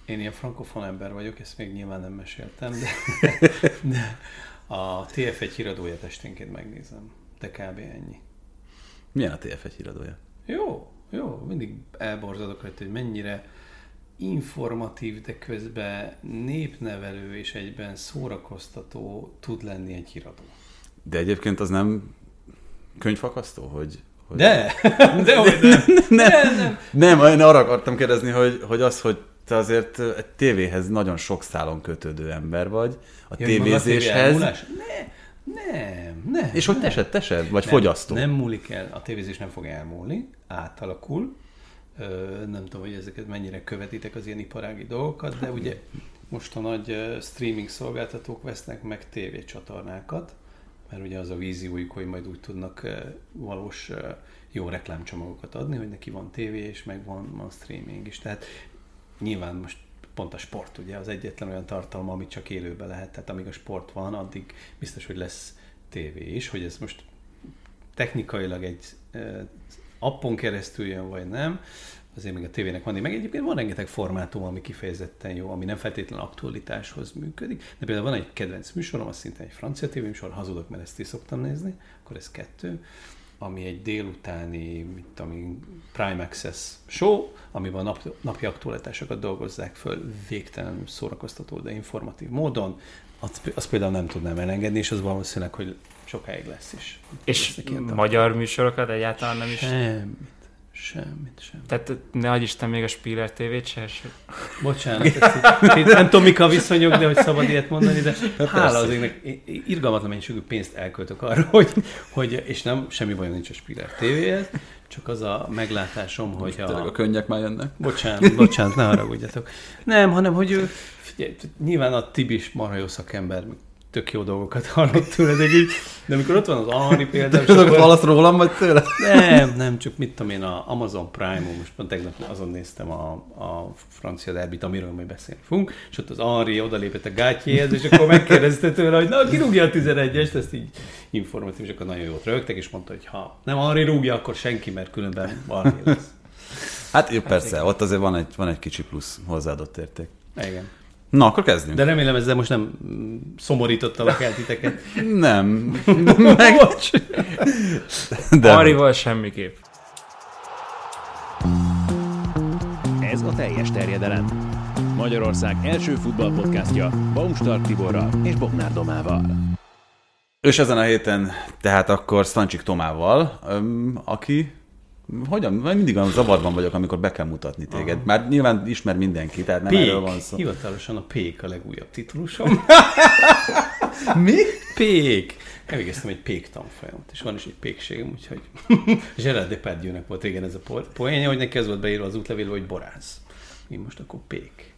Én ilyen frankofon ember vagyok, ezt még nyilván nem meséltem, de a TF1 híradóját esténként megnézem. De kb. Ennyi. Milyen a TF1 híradója? Jó, mindig elborzadok rajta, hogy mennyire informatív, de közben népnevelő és egyben szórakoztató tud lenni egy híradó. De egyébként az nem könyvfakasztó, hogy... De Nem, én arra akartam kérdezni, hogy te azért egy tévéhez nagyon sok szálon kötődő ember vagy, a tévézéshez. Nem. És hogy te se? Vagy nem, fogyasztó? Nem múlik el, a tévézés nem fog elmúlni, átalakul. Nem tudom, hogy ezeket mennyire követitek az ilyen iparági dolgokat, de ugye most a nagy streaming szolgáltatók vesznek meg tévécsatornákat, mert ugye az a víziójuk, hogy majd úgy tudnak valós jó reklámcsomagokat adni, hogy neki van tévé, és meg van streaming is. Tehát nyilván most pont a sport ugye az egyetlen olyan tartalma, amit csak élőben lehet. Tehát amíg a sport van, addig biztos, hogy lesz tévé is. Hogy ez most technikailag egy appon keresztül jön, vagy nem, azért még a tévének van. Meg egyébként van rengeteg formátum, ami kifejezetten jó, ami nem feltétlenül aktualitáshoz működik. De például van egy kedvenc műsorom, az szintén egy francia tévéműsor, hazudok, mert ezt is szoktam nézni, akkor ez 2, ami egy délutáni, Prime Access show, amiben a napi aktualitásokat dolgozzák föl végtelenül szórakoztató, de informatív módon. Azt például nem tudnám elengedni, és az valószínűleg, hogy sokáig lesz is. És magyar műsorokat egyáltalán nem is? Semmit. Tehát ne adj Isten még a Spiller TV-t se? Bocsánat, nem tudom, mik a viszonyok, de hogy szabad ilyet mondani, de hála az égnek, irgalmatlan mennyiségű pénzt elköltök arra, hogy és nem, semmi bajom nincs a Spiller TV-hez, csak az a meglátásom, hogy a könnyek már jönnek. Bocsánat, ne haragudjatok. Nem, hanem, hogy figyelj, nyilván a Tibis marha jó szakember, tök jó dolgokat hallott tőle, de amikor ott van az Henri például... Te akkor hallasz rólam, vagy tőle? Nem, csak mit tudom én, a Amazon Prime-on, most pont tegnap azon néztem a francia derbit, amiről majd beszélni fogunk, és ott az Henri odalépett a gátjéhez, és akkor megkérdezte tőle, hogy na, ki rúgja a 11-est, ezt így informatív, és akkor nagyon jót rögtek, és mondta, hogy ha nem Henri rúgja, akkor senki, mert különben Henri lesz. Hát jó, persze, ott azért van egy kicsi plusz hozzáadott érték. Igen. Na, akkor kezdjünk. De remélem ezzel most nem szomorítottalak el titeket. Nem. Henrival semmiképp. Ez a teljes terjedelem. Magyarország első futballpodcastja Baumstark Tiborral és Bognár Domával. És ezen a héten tehát akkor Stancsik Tomával, aki... Hogyan? Mindig olyan zavarban vagyok, amikor be kell mutatni téged. Már nyilván ismer mindenki, tehát nem erről van szó. Hivatalosan a Pék a legújabb titulusom. Mi? Pék. Elvégeztem egy Pék tanfolyamot, és van is egy pékségem, úgyhogy Gerard Depardieu-nek volt régen ez a poénja, hogy neki ez volt beírva az útlevélbe, hogy borász. Én most akkor Pék.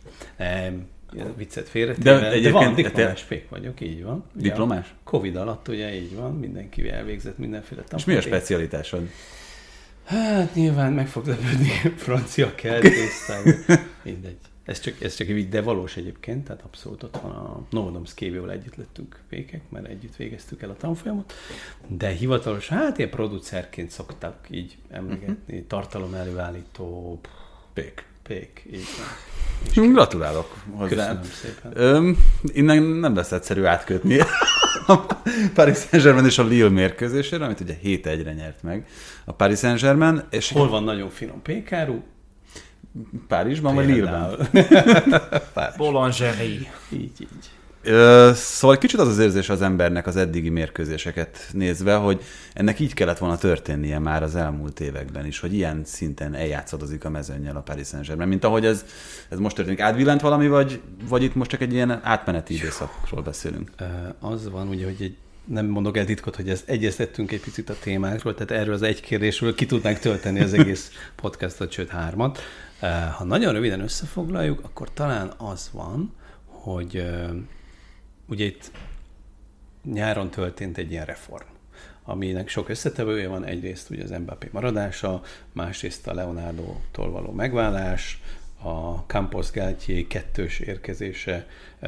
Viccet félretéve, de van, diplomás Pék vagyok, így van. Diplomás? Ja, Covid alatt ugye így van, mindenki elvégzett mindenféle tanfolyamot. És mi a specialitásod? Hát nyilván meg fog lepődni francia kertésztár. Mindegy. Ez csak egy vicc, de valós egyébként, tehát abszolút ott van a Novodom Szkévével együtt lettünk pékek, mert együtt végeztük el a tanfolyamot, de hivatalos, hát ilyen producerként szoktak így emlegetni, tartalom előállító pék, így van. Gratulálok hozzá. Köszönöm szépen. Innen nem lesz egyszerű átkötni a Paris Saint-Germain és a Lille mérkőzésére, amit ugye 7-1-re nyert meg a Paris Saint-Germain. És hol van nagyon finom pékáru? Párizsban vagy Lille-ben? Boulangerie. Így. Szóval kicsit az érzés az embernek az eddigi mérkőzéseket nézve, hogy ennek így kellett volna történnie már az elmúlt években is, hogy ilyen szinten eljátszadozik a mezőnnyel a Paris Saint-Germain, mint ahogy ez most történik. Átbillent valami, vagy itt most csak egy ilyen átmeneti időszakról beszélünk? Az van, ugye, hogy nem mondok el titkot, hogy ezt egyeztettünk egy picit a témákról, tehát erről az egy kérdésről ki tudnánk tölteni az egész podcastot, sőt 3-at. Ha nagyon röviden összefoglaljuk, akkor talán az van, hogy ugye itt nyáron történt egy ilyen reform, aminek sok összetevője van. Egyrészt ugye az Mbappé maradása, másrészt a Leonardo-tól való megválás, a Campos Galtier 2-ös érkezése,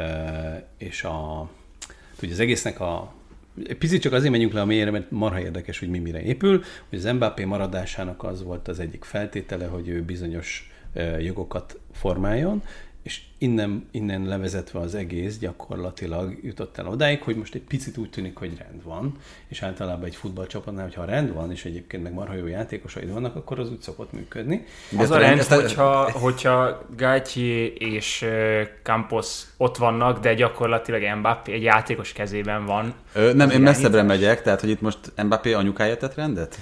és ugye az egésznek picit csak azért menjünk le a mélyre, mert marha érdekes, hogy mire épül, hogy az Mbappé maradásának az volt az egyik feltétele, hogy ő bizonyos jogokat formáljon, és innen levezetve az egész gyakorlatilag jutott el odáig, hogy most egy picit úgy tűnik, hogy rend van, és általában egy futballcsapatnál, hogyha rend van, és egyébként meg marha jó játékosaid vannak, akkor az úgy szokott működni. Az a rend, hogyha Galtier és Campos ott vannak, de gyakorlatilag Mbappé egy játékos kezében van. Nem, én messzebbre megyek, tehát hogy itt most Mbappé anyukája tett rendet?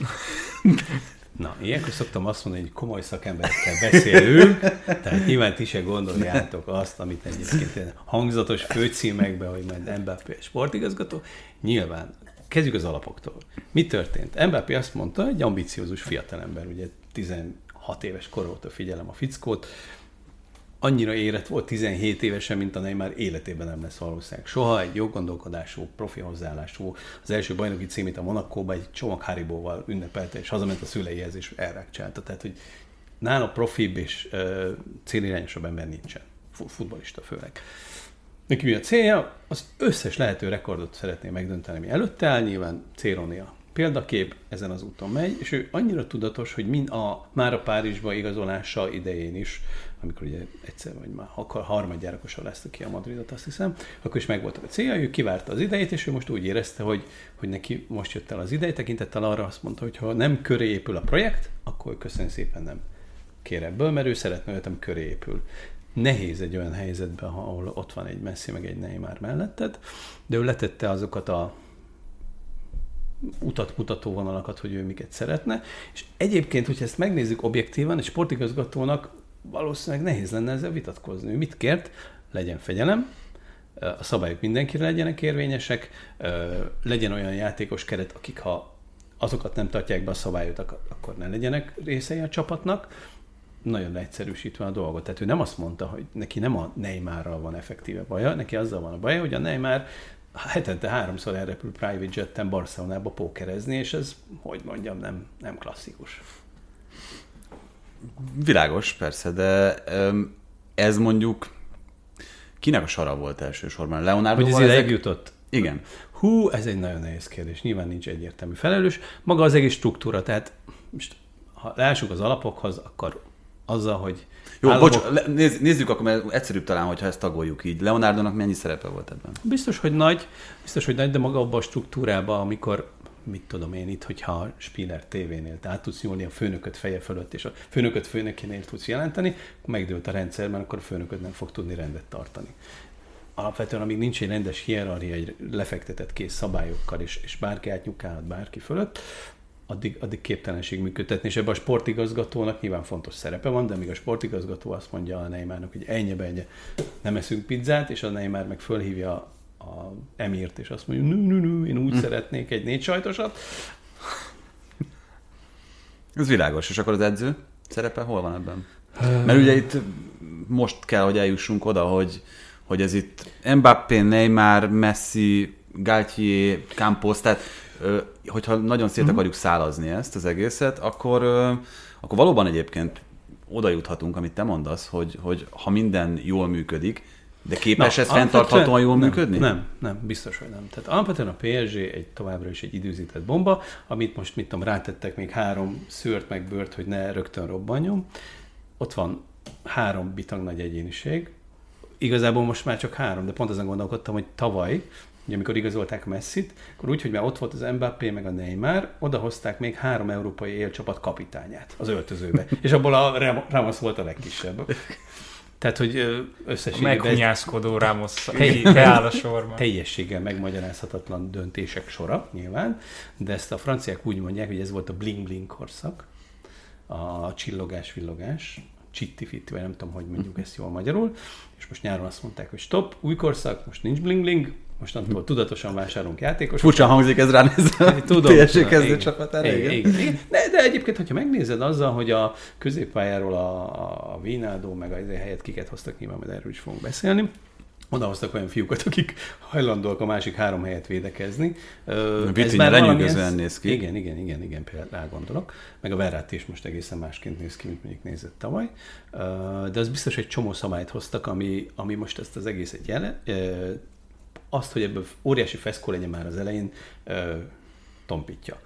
Na, ilyenkor szoktam azt mondani, hogy komoly szakemberekkel beszélünk, tehát nyilván ti se gondoljátok azt, amit egyébként hangzatos főcímekben, hogy majd Mbappé sportigazgató. Nyilván, kezdjük az alapoktól. Mi történt? Mbappé azt mondta, egy ambiciózus fiatalember, ugye 16 éves kor óta figyelem a fickót, annyira érett volt 17 évesen, mint a Neymar életében nem lesz valószínűleg. Soha egy jó gondolkodású, profi hozzáállású, az első bajnoki címét a Monakóba egy csomag Haribóval ünnepelte, és hazament a szüleihez, és elrákcsálta. Tehát, hogy nála profibb és célirányosabb ember nincsen. Futballista főleg. Neki mi a célja? Az összes lehető rekordot szeretné megdönteni, ami előtte áll, nyilván Céronia példakép, ezen az úton megy, és ő annyira tudatos, hogy már a Párizsba igazolása idején is, amikor ugye egyszer, vagy már harmadjára kosarazta ki a Madridot, azt hiszem, akkor is megvoltak a célja, ő kivárta az idejét, és ő most úgy érezte, hogy neki most jött el az ideje, tekintettel arra azt mondta, hogy ha nem köré épül a projekt, akkor köszönjük szépen nem kér ebből, mert ő szeretne olyat, ami köré épül. Nehéz egy olyan helyzetben, ahol ott van egy Messi, meg egy Neymar melletted, de ő letette azokat a utat-mutató vonalakat, hogy ő miket szeretne, és egyébként, hogyha ezt megnézzük objektívan, egy sportigazgatónak valószínűleg nehéz lenne ezzel vitatkozni. Ő mit kért? Legyen fegyelem, a szabályok mindenkire legyenek érvényesek, legyen olyan játékos keret, akik ha azokat nem tartják be a szabályot, akkor ne legyenek részei a csapatnak. Nagyon leegyszerűsítve a dolgot. Tehát ő nem azt mondta, hogy neki nem a Neymarral van effektíve baja, neki azzal van a baja, hogy a Neymar hetente 3-szor elrepül private jetten Barcelonába pókerezni, és ez, hogy mondjam, nem klasszikus. Világos, persze, de ez mondjuk kinek a sara volt elsősorban? Leonardo-val hogy ezek jutott? Igen. Ez egy nagyon nehéz kérdés. Nyilván nincs egyértelmű felelős. Maga az egész struktúra, tehát most, ha leássuk az alapokhoz, akkor azzal, hogy jó, nézzük akkor, mert egyszerűbb talán, hogyha ezt tagoljuk így. Leonardo-nak mennyi szerepe volt ebben? Biztos, hogy nagy, de maga abban a struktúrában, amikor, mit tudom én itt, hogyha Spiller TV-nél át tudsz nyúlni a főnököt feje fölött, és a főnököt főnökénél tudsz jelenteni, megdőlt a rendszer, mert akkor a főnököt nem fog tudni rendet tartani. Alapvetően, amíg nincs egy rendes hierarchia, egy lefektetett kész szabályokkal, és bárki átnyukálhat bárki fölött, addig képtelenség működtetni, és ebben a sportigazgatónak nyilván fontos szerepe van, de még a sportigazgató azt mondja a Neymarnak, hogy ennyi, nem eszünk pizzát, és a Neymar meg fölhívja a Emirt, és azt mondja, én úgy szeretnék egy 4 sajtosat. Ez világos, és akkor az edző szerepe hol van ebben? Mert ugye itt most kell, hogy eljussunk oda, hogy ez itt Mbappé, Neymar, Messi, Galtier, Campos, tehát hogyha nagyon szét akarjuk szálazni ezt az egészet, akkor valóban egyébként oda juthatunk, amit te mondasz, hogy ha minden jól működik, de képes ez fenntarthatóan jól működni? Nem, biztos, hogy nem. Tehát alapvetően a PSG továbbra is egy időzített bomba, amit most, rátettek még 3 szőrt meg bőrt, hogy ne rögtön robbanjon. Ott van 3 bitang nagy egyéniség. Igazából most már csak 3, de pont azon gondolkodtam, hogy tavaly, ugye amikor igazolták Messit, akkor úgy, hogy már ott volt az Mbappé meg a Neymar, odahozták még 3 európai élcsapat kapitányát az öltözőbe. És abból a Ramos volt a legkisebb. Tehát, hogy összességében... Meghunyászkodó Ramos beáll a sorban. Teljességgel megmagyarázhatatlan döntések sora, nyilván, de ezt a franciák úgy mondják, hogy ez volt a bling-bling korszak, a csillogás-villogás, csitti-fitti, vagy nem tudom, hogy mondjuk ezt jól magyarul, és most nyáron azt mondták, hogy stop, új korszak, most nincs bling-bling, mostantól tudatosan vásárolunk játékosokat. Furcsa hangzik ez ránézve a PSG kezdő csapatára. De egyébként, hogyha megnézed azzal, hogy a középpályáról a Wijnaldum meg az helyet kiket hoztak, nyilván majd erről is fogunk beszélni, odahoztak olyan fiúkat, akik hajlandóak a másik 3 helyet védekezni. Vitinha lenyűgözően néz ki. Igen, például rá gondolok. Meg a Verratti is most egészen másként néz ki, mint mondjuk nézett tavaly. De az biztos, hogy egy csomó szabályt hoztak, ami most ezt az egészet azt, hogy ebből óriási feszkó legyen már az elején, tompítja.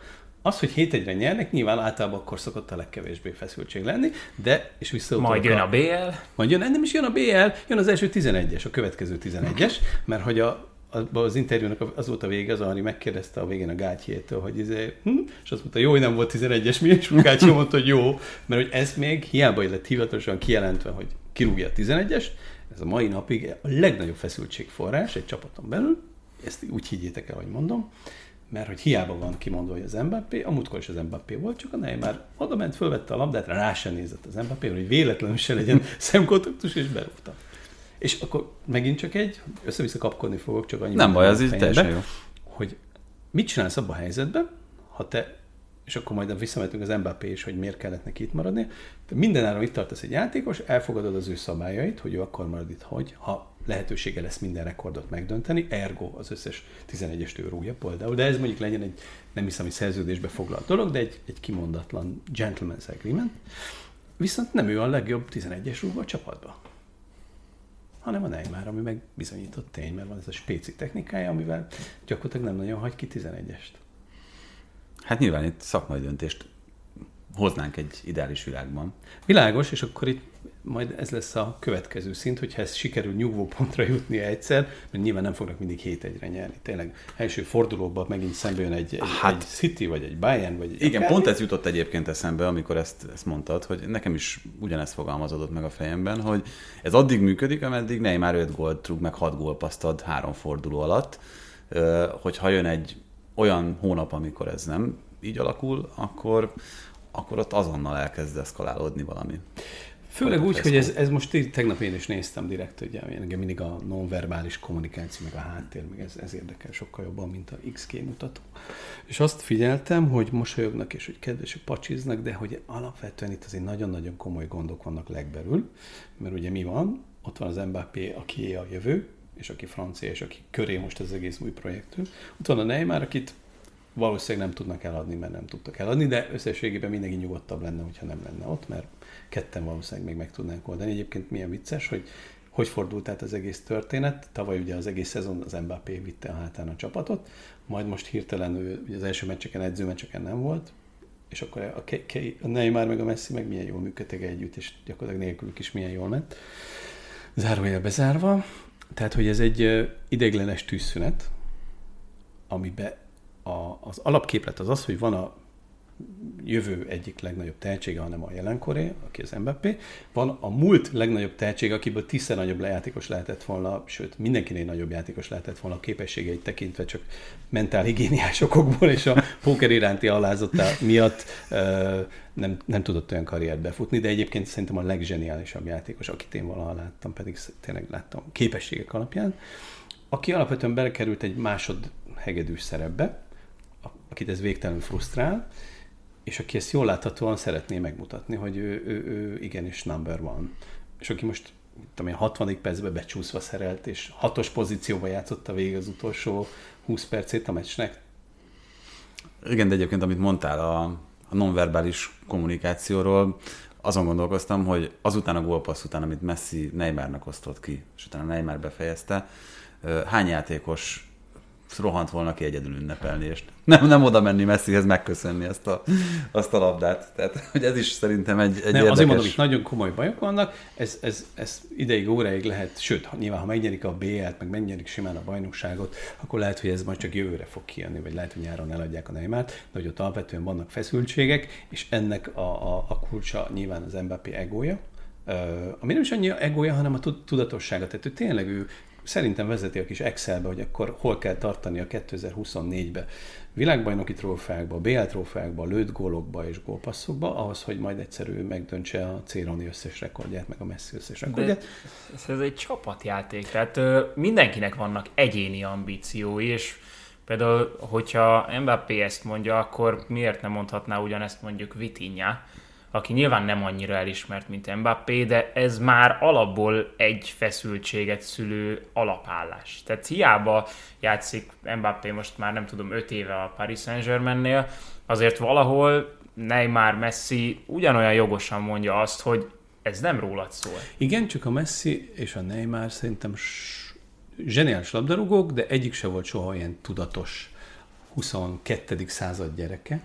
Az, hogy 7-1-re nyernek, nyilván általában akkor szokott a legkevésbé feszültség lenni, de, és visszautalok. Majd jön a BL. Majd jön, nem is jön a BL, jön az első 11-es, a következő 11-es, mert hogy az interjúnak az volt a vége, az Henri megkérdezte a végén a Gátyétől, hogy és azt mondta, jó, hogy nem volt 11-es, mi is Gátyé mondta, hogy jó, mert hogy ez még hiába lett hivatalosan kijelentve, hogy kirúgja a 11-est, ez a mai napig a legnagyobb feszültségforrás egy csapaton belül, ezt úgy higgyétek el, hogy mondom, mert hogy hiába van kimondva, hogy az Mbappé, a múltkor is az Mbappé volt, csak a Neymar oda ment, fölvette a labdát, rá sem nézett az Mbappé, hogy véletlenül se legyen szemkontaktus, és berúgta. És akkor megint csak össze-vissza kapkodni fogok, csak annyi. Nem baj, az így teljesen jó. Hogy mit csinálsz abban a helyzetben, ha te, és akkor majd visszamentünk az Mbappé is, hogy miért kellett neki itt maradni. De mindenáron itt tartasz egy játékos, elfogadod az ő szabályait, hogy ő akkor marad itt, hogy ha lehetősége lesz minden rekordot megdönteni, ergo az összes 11-est ő rúgja például, de ez mondjuk legyen egy, nem hiszem, hogy szerződésbe foglalt dolog, de egy kimondatlan gentleman's agreement. Viszont nem ő a legjobb 11-es rúgó a csapatba, hanem a Neymar, ami meg bizonyított tény, mert van ez a spéci technikája, amivel gyakorlatilag nem nagyon hagy ki 11-est. Hát nyilván itt szakmai döntést hoznánk egy ideális világban. Világos, és akkor itt majd ez lesz a következő szint, hogyha ez sikerül nyugvópontra jutni egyszer, mert nyilván nem fognak mindig 7-1-re nyerni. Tényleg első fordulóban megint szembe jön egy City, vagy egy Bayern, vagy egy igen, pont ez jutott egyébként eszembe, amikor ezt mondtad, hogy nekem is ugyanezt fogalmazódott meg a fejemben, hogy ez addig működik, ameddig Neymar 5 gólt rúg, meg 6 gólpasszt ad 3 forduló alatt, hogyha jön egy olyan hónap, amikor ez nem így alakul, akkor ott azonnal elkezd eszkalálódni valami. Főleg úgy, hogy ez most tegnap én is néztem direkt, ugye engem mindig a nonverbális kommunikáció, meg a háttér, meg ez érdekel sokkal jobban, mint a XG mutató. És azt figyeltem, hogy mosolyognak és hogy kedvesek pacsiznak, de hogy alapvetően itt azért nagyon-nagyon komoly gondok vannak legbelül, mert ugye mi van? Ott van az Mbappé, aki a jövő, és aki francia, és aki köré most az egész új projektünk. Ott van a Neymar, akit valószínűleg nem tudnak eladni, mert nem tudtak eladni, de összességében mindenki nyugodtabb lenne, hogyha nem lenne ott, mert ketten valószínűleg még meg tudnánk oldani. Egyébként milyen vicces, hogy fordult át az egész történet. Tavaly ugye az egész szezon az Mbappé vitte a hátán a csapatot, majd most hirtelen ő ugye az első meccseken, edzőmeccseken nem volt, és akkor a Neymar meg a Messi meg milyen jól működtek együtt, és gyakorlatilag nélkülük is milyen jól ment. Zárójel bezárva. Tehát, hogy ez egy ideiglenes tűzszünet, amiben az alapképlet az, hogy van a jövő egyik legnagyobb tehetsége, hanem a jelenkoré, aki az Mbappé. Van a múlt legnagyobb tehetsége, akiből 10-szer nagyobb játékos lehetett volna, sőt, mindenkinél nagyobb játékos lehetett volna a képességeit tekintve, csak mentálhigiéniás okokból és a póker iránti alázata miatt nem tudott olyan karriert befutni, de egyébként szerintem a legzseniálisabb játékos, akit én valaha láttam, pedig tényleg láttam képességek alapján, aki alapvetően belekerült egy másodhegedűs szerepbe, akit ez végtelenül frusztrál, és aki ezt jól láthatóan szeretné megmutatni, hogy ő igenis number one. És aki most a 60. percben becsúszva szerelt, és 6-os pozícióban játszotta végig az utolsó 20 percét a meccsnek. Igen, de egyébként, amit mondtál a nonverbális kommunikációról, azon gondolkoztam, hogy azután a gólpassz után, amit Messi Neymarnak osztott ki, és utána Neymar befejezte, hány játékos rohant volna ki egyedül ünnepelni, és nem oda menni Messihez megköszönni azt a labdát. Tehát, hogy ez is szerintem egy érdekes... Azért mondom, hogy nagyon komoly bajok vannak, ez ideig, óráig lehet, sőt, nyilván, ha megnyerik a BL-t, meg megnyerik simán a bajnokságot, akkor lehet, hogy ez majd csak jövőre fog kijönni, vagy lehet, hogy nyáron eladják a Neymart, de hogy ott alapvetően vannak feszültségek, és ennek a kulcsa nyilván az Mbappé egója, ami nem is annyi egója, hanem a tudatossága. Tehát ő szerintem vezeti a kis Excelbe, hogy akkor hol kell tartani a 2024-be világbajnoki trófeákba, BL trófeákba, lőtt gólokba és gólpasszokba, ahhoz, hogy majd egyszerű megdöntse a C-Roni összes rekordját, meg a Messi összes rekordját. Ez egy csapatjáték, tehát mindenkinek vannak egyéni ambíciói, és például, hogyha Mbappé ezt mondja, akkor miért nem mondhatná ugyanezt mondjuk Vitinha, aki nyilván nem annyira elismert, mint Mbappé, de ez már alapból egy feszültséget szülő alapállás. Tehát hiába játszik Mbappé most már nem tudom 5 éve a Paris Saint-Germainnél, azért valahol Neymar, Messi ugyanolyan jogosan mondja azt, hogy ez nem rólad szól. Igen, csak a Messi és a Neymar szerintem zseniális labdarúgók, de egyik se volt soha ilyen tudatos 22. század gyereke,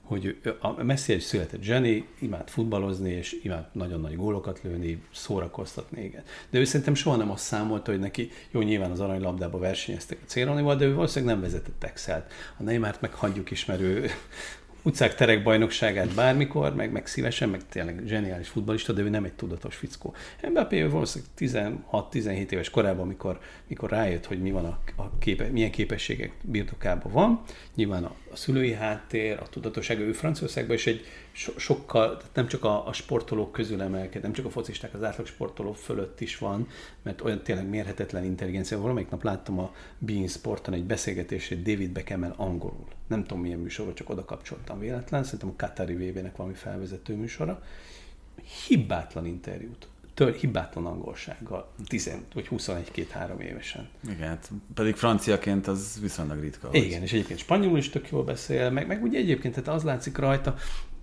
hogy a Messi egy született zseni, imád futballozni, és imád nagyon nagy gólokat lőni, szórakoztatni, igen. De ő szerintem soha nem azt számolta, hogy neki, jó, nyilván az aranylabdába versenyeztek a célronival, de ő valószínűleg nem vezetett Excelt. A Neymart meg hagyjuk is, mert ő utcák terek bajnokságát bármikor, meg szívesen, meg tényleg zseniális futballista, de ő nem egy tudatos fickó. Mbappé valószínűleg 16-17 éves korában, mikor rájött, hogy mi van milyen képességek birtokában van, nyilván a szülői háttér, a tudatossága, ő Franciaországban is egy sokkal, nem csak a sportolók közül emelked, nem csak a focisták, az átlag sportoló fölött is van, mert olyan tényleg mérhetetlen intelligencia. Valamelyik nap láttam a Bein Sporton egy beszélgetését David Beckham-mel angolul. Nem tudom milyen műsorban, csak oda kapcsoltam véletlen, szerintem a Qatari VB-nek valami felvezető műsora. Hibátlan interjút, hibátlan angolsággal, 10 vagy 21-2-3 évesen. Igen, pedig franciaként az viszonylag ritka. Igen, hogy... és egyébként spanyolul is tök jól beszél, meg ugye egyébként tehát az látszik rajta,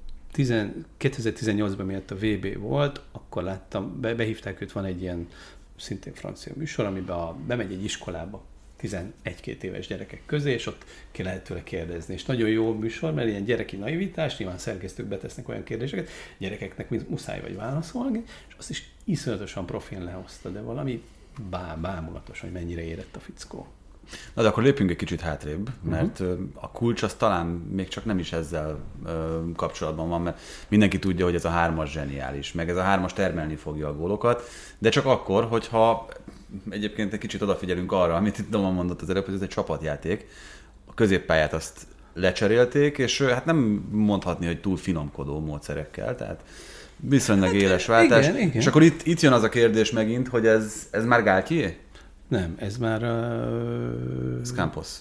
2018-ban miatt a VB volt, akkor láttam, behívták őt, van egy ilyen szintén francia műsor, amiben bemegy egy iskolába 11-2 éves gyerekek közé, és ott ki lehet tőle kérdezni. És nagyon jó műsor, mert ilyen gyereki naivitás, nyilván szerkesztők betesznek olyan kérdéseket, gyerekeknek muszáj vagy válaszolni, és azt is iszonyatosan profin lehozta, de valami bámulatos, hogy mennyire érett a fickó. Na de akkor lépjünk egy kicsit hátrébb, mert a kulcs az talán még csak nem is ezzel kapcsolatban van, mert mindenki tudja, hogy ez a 3-as zseniális, meg ez a 3-as termelni fogja a gólokat, de csak akkor, hogyha egyébként egy kicsit odafigyelünk arra, amit itt Doma mondott az előbb, hogy ez egy csapatjáték. A középpályát azt lecserélték, és hát nem mondhatni, hogy túl finomkodó módszerekkel, tehát viszonylag éles váltás. Igen. És akkor itt jön az a kérdés megint, hogy ez már Galtier? Nem, ez már... Ez Campos.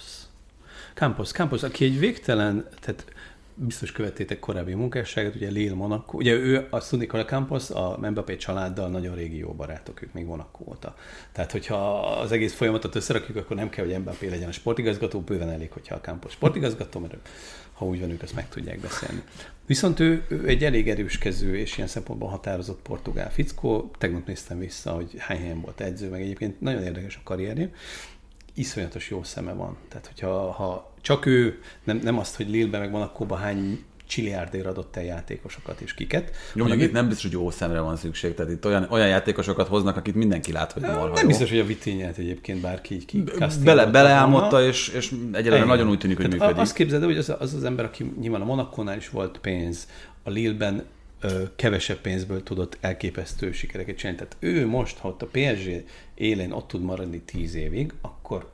Campos, aki egy végtelen, tehát biztos követtétek korábbi munkásságát, ugye Lille, Monaco, ugye ő, azt tudni, hogy a Campos a Mbappé családdal nagyon régi jó barátok, ők még Monaco óta. Tehát, hogyha az egész folyamatot összerakjuk, akkor nem kell, hogy Mbappé legyen a sportigazgató, bőven elég, hogyha a Campos sportigazgató, mert ha úgy van, ők azt meg tudják beszélni. Viszont ő egy elég erőskező és ilyen szempontból határozott portugál fickó. Tegnap néztem vissza, hogy hány helyen volt edző, meg egyébként nagyon érdekes a karrierje. Iszonyatos jó szeme van. Tehát, hogyha csak ő, nem azt, hogy Lille-ben meg Monacóban hány csiliárdért adott el játékosokat és kiket. Jó, mondjuk itt nem biztos, hogy jó szemre van szükség, tehát itt olyan játékosokat hoznak, akit mindenki lát, hogy marha nem jó. Biztos, hogy a Vitinhát egyébként bárki így beleálmodta, és egyelőre nagyon úgy tűnik, hogy tehát működik. Azt képzeld, hogy az ember, aki nyilván a Monacónál is volt pénz, a Lille-ben kevesebb pénzből tudott elképesztő sikereket csinálni. Tehát ő most, ha ott a PSG élén ott tud maradni 10 évig, akkor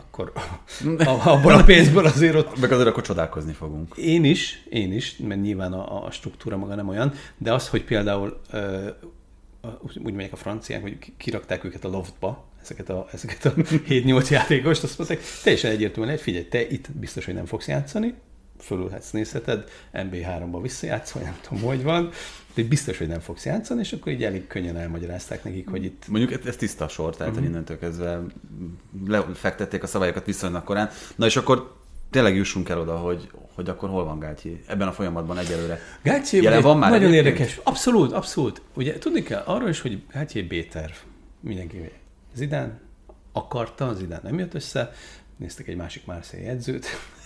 abban a pénzből azért ott... Meg azért akkor csodálkozni fogunk. Én is, mert nyilván a struktúra maga nem olyan, de az, hogy például úgy mondják a franciák, hogy kirakták őket a loftba, ezeket a 7-8 játékost, azt mondták, teljesen egyértelműen, figyelj, te itt biztos, hogy nem fogsz játszani, fölülhetsz, nézheted, NB3-ba visszajátsz, vagy nem tudom, hogy van, de biztos, hogy nem fogsz játszani, és akkor így elég könnyen elmagyarázták nekik, hogy itt... Mondjuk ez tiszta sor, tehát innentől kezdve lefektették a szabályokat viszonylag korán. Na és akkor tényleg jussunk el oda, hogy akkor hol van Galtier ebben a folyamatban egyelőre. Galtier van már nagyon érdekes. Abszolút. Ugye tudni kell arról is, hogy Galtier B-terv. Mindenki Zidane akarta, Zidane nem jött össze, néztek egy másik Marseille edzőt.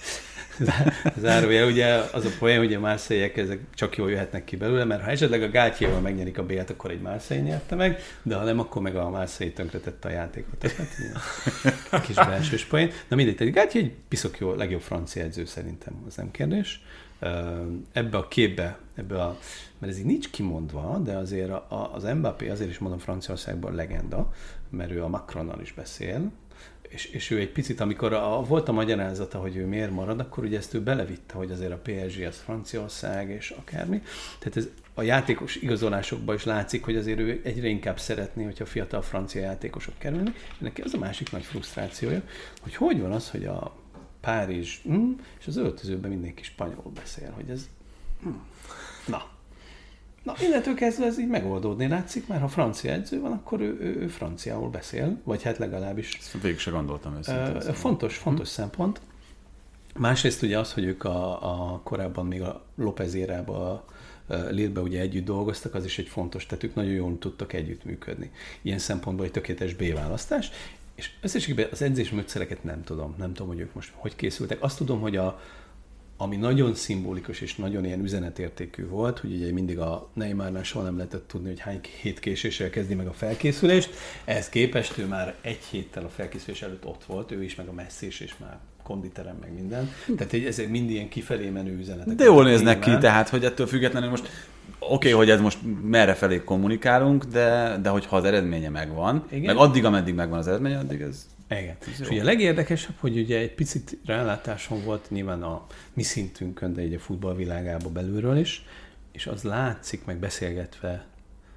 Zárójel, ugye az a poén, hogy a Marseille-ek ezek csak jól jöhetnek ki belőle, mert ha esetleg a Galtier-val megnyerik a B-t, akkor egy Marseille nyerte meg, de ha nem, akkor meg a Marseille tönkretette a játékot. Tehát, kis belsős poén. Na mindegy, tehát Galtier egy piszok jó, legjobb francia edző szerintem, az nem kérdés. Ebbe a képbe, mert ez így nincs kimondva, de azért az Mbappé, azért is mondom Franciaországban legenda, mert ő a Macronnal is beszél, és ő egy picit, amikor volt a magyarázata, hogy ő miért marad, akkor ugye ezt ő belevitte, hogy azért a PSG az Franciaország, és akármi. Tehát ez a játékos igazolásokban is látszik, hogy azért ő egyre inkább szeretné, hogyha fiatal francia játékosok kerülnek, és neki az a másik nagy frusztrációja, hogy van az, hogy a Párizs, és az öltözőben mindenki spanyolul beszél, hogy ez... Na, innentől kezdve ez így megoldódni látszik, mert ha francia edző van, akkor ő franciául beszél, vagy hát legalábbis... Ezt végig se gondoltam őszintén. Fontos szempont. Másrészt ugye az, hogy ők a korábban még a López érában Lille-ben ugye együtt dolgoztak, az is egy fontos, tehát ők nagyon jól tudtak együttműködni. Ilyen szempontból egy tökéletes B-választás, és összességében az edzésmódszereket nem tudom, hogy ők most hogy készültek. Azt tudom, hogy ami nagyon szimbolikus és nagyon ilyen üzenetértékű volt, hogy ugye mindig a Neymarnál soha nem lehetett tudni, hogy hány hét késéssel kezdi meg a felkészülést. Ehhez képest ő már egy héttel a felkészülés előtt ott volt, ő is, meg a Messi is, és már konditerem, meg minden. Tehát ezek mind ilyen kifelé menő üzenetek. De jól néznek ki, tehát, hogy ettől függetlenül most oké, hogy ez most merre felé kommunikálunk, de hogyha az eredménye megvan, igen, meg addig, ameddig megvan az eredménye, addig ez... Igen. És ugye a legérdekesebb, hogy ugye egy picit rálátásom volt nyilván a mi szintünkön, de így a futballvilágában belülről is, és az látszik, meg beszélgetve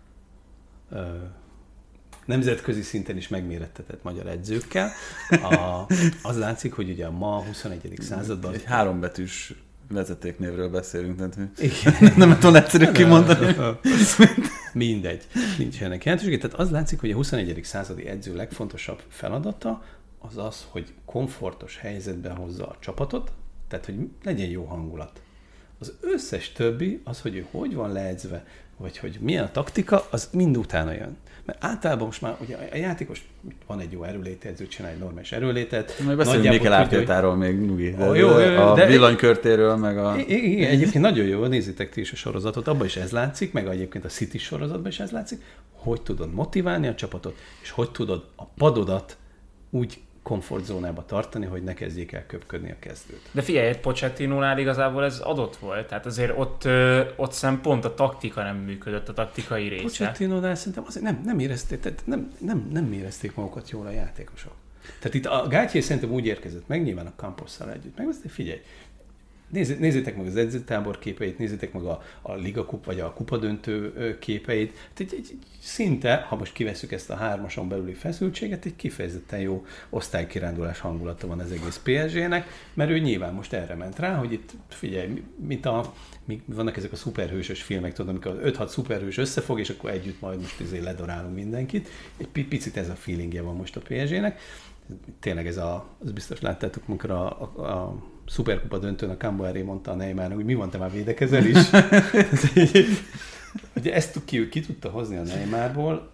nemzetközi szinten is megmérettetett magyar edzőkkel, az látszik, hogy ugye a ma 21. században... Egy 3 betűs vezetéknévről beszélünk, tehát nem tudom egyszerűen kimondani. Mindegy, nincs ennek jelentősége. Tehát az látszik, hogy a 21. századi edző legfontosabb feladata az, hogy komfortos helyzetben hozza a csapatot, tehát hogy legyen jó hangulat. Az összes többi, az, hogy ő hogy van leedzve, vagy hogy milyen a taktika, az mind utána jön. Mert általában most már ugye a játékos van egy jó erőlétedző, csinál egy normális erőlétet. Majd beszélünk Mikel Ártétáról még, Nyugi. A villanykörtéről, meg a... Igen, egyébként nagyon jó, nézzétek ti is a sorozatot, abban is ez látszik, meg egyébként a City sorozatban is ez látszik, hogy tudod motiválni a csapatot, és hogy tudod a padodat úgy komfortzónába tartani, hogy ne kezdjék el köpködni a kezdőt. De figyelj, Pochettinónál igazából ez adott volt, tehát azért ott szem pont a taktika nem működött, a taktikai része. Pochettinónál szerintem azért nem érezték, tehát nem érezték magukat jól a játékosok. Tehát itt a Gátyé szerintem úgy érkezett meg, nyilván a Camposszal együtt. Megveszte, figyelj, nézzétek meg az edzőtábor képeit, nézzétek meg a Liga Kup vagy a kupadöntő képeit. Egy szinte, ha most kivesszük ezt a 3-ason belüli feszültséget, egy kifejezetten jó osztálykirándulás hangulata van az egész PSG-nek, mert ő nyilván most erre ment rá, hogy itt figyelj, vannak ezek a szuperhősös filmek, tudod, amikor 5-6 szuperhős összefog, és akkor együtt majd most ledorálunk mindenkit. Egy picit ez a feelingje van most a PSG-nek. Tényleg az biztos láttátok, amikor a szuperkupa döntőn a Camboeré mondta a Neymarnak, hogy mi van, te már védekezel is. Ugye ezt ki tudta hozni a Neymarból,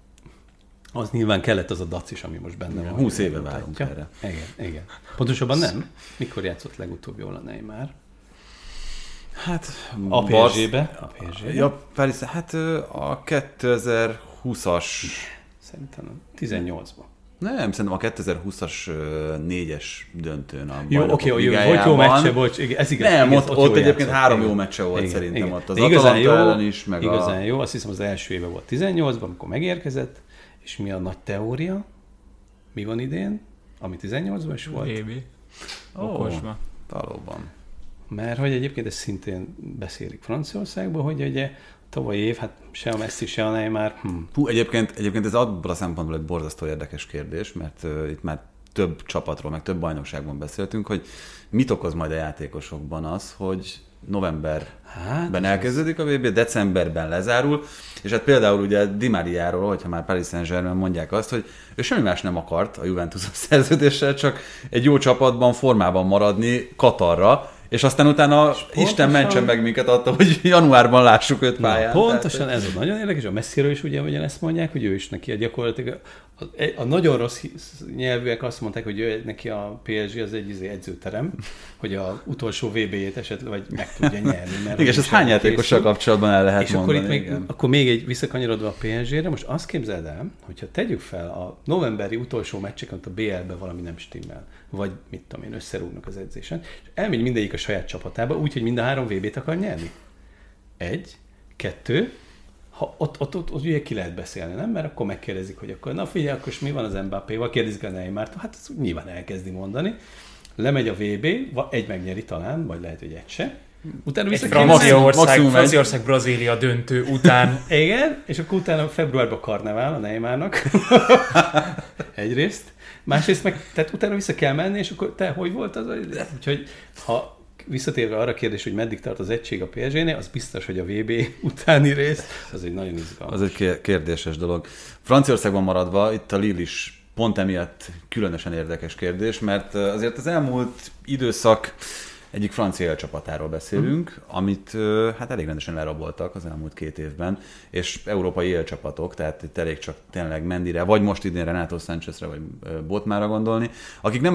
az nyilván kellett az a dac is, ami most benne van. 20 éve várunk erre. Igen. Pontosabban nem. Mikor játszott legutóbb jól a Neymar? Hát a PSG-be. Hát a 2020-as... Szerintem 18-ban. Nem, szerintem a 2020-as 4-es döntőn a Bajnokok Ligájában. Volt jó meccse, bocs, ez igaz. Nem, ott egyébként 3 jó meccse volt szerintem ott. Az Atalanta ellen is, meg igazán jó, azt hiszem az első éve volt 18-ban, amikor megérkezett, és mi a nagy teória? Mi van idén? Ami 18-ban is volt? Évi. Okosma. Valóban. Mert hogy egyébként ezt szintén beszélik Franciaországban, hogy ugye tavalyi év, hát se a Messi, se a Neymar. Egyébként ez abból a szempontból egy borzasztó érdekes kérdés, mert itt már több csapatról, meg több bajnokságban beszéltünk, hogy mit okoz majd a játékosokban az, hogy novemberben elkezdődik a VB, decemberben lezárul, és hát például ugye Di Mariáról, hogyha már Paris Saint-Germain mondják azt, hogy ő semmi más nem akart a Juventus szerződéssel, csak egy jó csapatban, formában maradni Katarra, és aztán utána Isten mentsen meg minket attól, hogy januárban lássuk őt pályán. Pontosan ez a nagyon érdekes, a Messiről is ugye ezt mondják, hogy ő is neki gyakorlatilag a nagyon rossz nyelvűek azt mondták, hogy neki a PSG az egy edzőterem, hogy az utolsó VB-jét esetleg vagy meg tudja nyerni. Mert igen, és ez hány játékossal kapcsolatban el lehet mondani. És akkor még egy visszakanyarodva a PSG-re, most azt képzeld el, hogyha tegyük fel a novemberi utolsó meccseket a BL-be valami nem stimmel, vagy mit tudom én, összerúgnak az edzésen, és elmegy mindegyik a saját csapatába, úgyhogy mind a 3 VB-t akar nyerni. 1, 2, ott ugye ki lehet beszélni, nem? Mert akkor megkérdezik, hogy akkor na figyelj, akkor mi van az Mbappéval, kérdezik a Neymart, hát ezt nyilván elkezdi mondani. Lemegy a VB, egy megnyeri talán, vagy lehet, hogy egy se. Utána Franciaország Brazília döntő után. Igen, és akkor utána februárban karnevál a Neymarnak. Egyrészt. Másrészt meg, tehát utána vissza kell menni, és akkor te hogy volt az? Úgyhogy ha visszatérve arra a kérdés, hogy meddig tart az egység a PSG-nél, az biztos, hogy a VB utáni rész, az egy nagyon izgalmas. Az egy kérdéses dolog. Franciaországban maradva, itt a Lille is pont emiatt különösen érdekes kérdés, mert azért az elmúlt időszak egyik francia csapatáról beszélünk, amit hát elég rendesen leraboltak az elmúlt 2 évben, és európai élcsapatok, tehát itt elég csak tényleg Mendire, vagy most idén Renato Sanchezre, vagy Botmára gondolni, akik nem most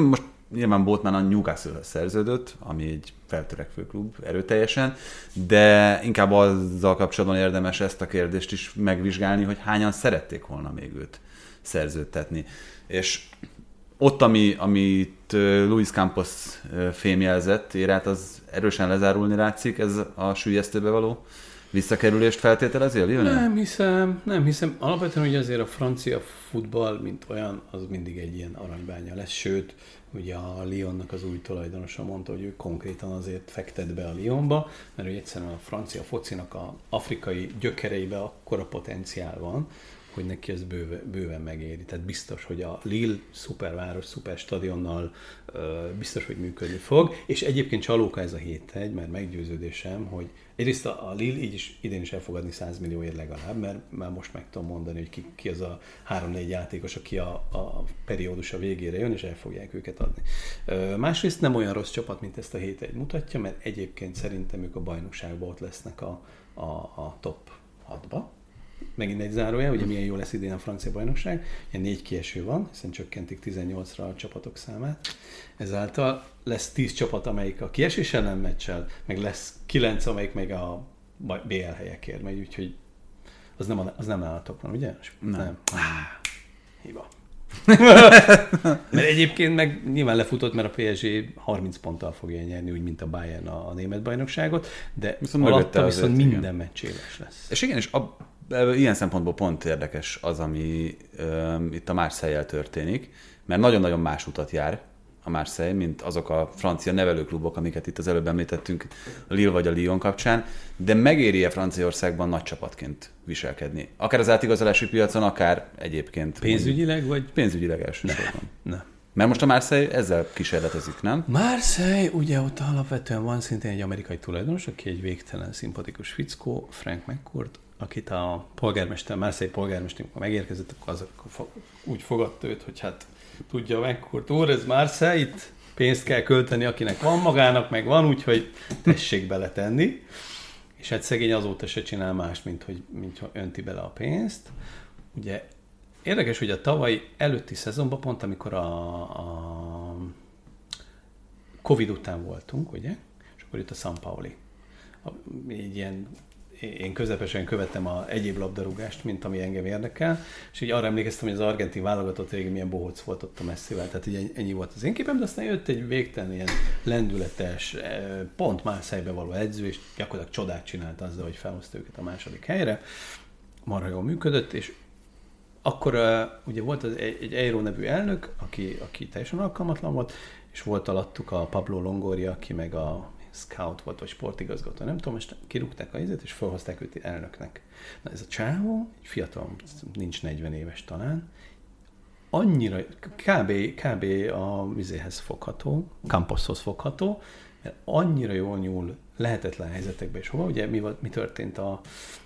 nyilván Botman a Newcastle-hez szerződött, ami egy feltörekvő klub erőteljesen, de inkább azzal kapcsolatban érdemes ezt a kérdést is megvizsgálni, hogy hányan szerették volna még őt szerződtetni. És ott, amit Luis Campos fémjelzett, érát az erősen lezárulni látszik, ez a süllyesztőbe való visszakerülést feltételezi a Lille-nél? Nem hiszem. Alapvetően ugye azért a francia futball, mint olyan, az mindig egy ilyen aranybánya lesz, sőt, ugye a Lyonnak az új tulajdonosa mondta, hogy ő konkrétan azért fektet be a Lyonba, mert hogy egyszerűen a francia focinak a afrikai gyökereibe akkora potenciál van, hogy neki ez bőven megéri. Tehát biztos, hogy a Lille szuperváros, szuper stadionnal biztos, hogy működni fog. És egyébként csalóka ez a 7-1, mert meggyőződésem, hogy egyrészt a Lille így is idén is elfogadni 100 millióért legalább, mert már most meg tudom mondani, hogy ki az a 3-4 játékos, aki a periódusa végére jön, és el fogják őket adni. Másrészt nem olyan rossz csapat, mint ezt a 7-1 mutatja, mert egyébként szerintem ők a bajnokságban ott lesznek a top 6-ba. Megint egy zárója, ugye milyen jó lesz idén a francia bajnokság, ilyen 4 kieső van, hiszen csökkentik 18-ra a csapatok számát. Ezáltal lesz 10 csapat, amelyik a kiesés ellen meccsel, meg lesz 9, amelyik meg a BL helyekért megy, úgyhogy az nem nálatok van, ugye? Nem. Hiba. Mert egyébként meg nyilván lefutott, mert a PSG 30 ponttal fogja nyerni, úgy, mint a Bayern a német bajnokságot, de alatta viszont minden meccs éles lesz. És igen, és ilyen szempontból pont érdekes az, ami itt a Marseille-jel történik, mert nagyon-nagyon más utat jár a Marseille, mint azok a francia nevelőklubok, amiket itt az előbb említettünk a Lille vagy a Lyon kapcsán, de megéri-e Franciaországban nagy csapatként viselkedni? Akár az átigazolási piacon, akár egyébként. Pénzügyileg vagy? Pénzügyileg elsősorban. Nem. Mert most a Marseille ezzel kísérletezik, nem? Marseille, ugye ott alapvetően van szintén egy amerikai tulajdonos, aki egy végtelen szimpatikus fickó, Frank McCourt, akit a polgármester, Marseille polgármester, amikor megérkezett, akkor úgy fogadta őt, hogy hát tudja McCourt úr, ez Marseille, itt pénzt kell költeni, akinek van magának, meg van, úgyhogy tessék beletenni. És hát szegény azóta se csinál más, mint hogy önti bele a pénzt. Ugye érdekes, hogy a tavalyi előtti szezonban, pont amikor a Covid után voltunk, ugye? És akkor itt a São Pauli. Így ilyen, én közepesen követtem a egyéb labdarúgást, mint ami engem érdekel, és így arra emlékeztem, hogy az argentin válogatott régen milyen bohóc volt ott a messzivel, tehát így ennyi volt az én képem, de aztán jött egy végtelen ilyen lendületes, pont Marseille-be való edző, és gyakorlatilag csodát csinált azzal, hogy felhozta őket a második helyre, marha jól működött, és akkor ugye volt egy Eiro nevű elnök, aki teljesen alkalmatlan volt, és volt alattuk a Pablo Longoria, aki meg a scout volt, vagy sportigazgató, nem tudom, és kirúgták a izét, és felhozták őt elnöknek. Na ez a csávó, egy fiatal, nincs 40 éves talán, annyira, kb. A vizéhez fogható, Camposhoz fogható, mert annyira jól nyúl lehetetlen helyzetekbe is hova. Ugye mi történt a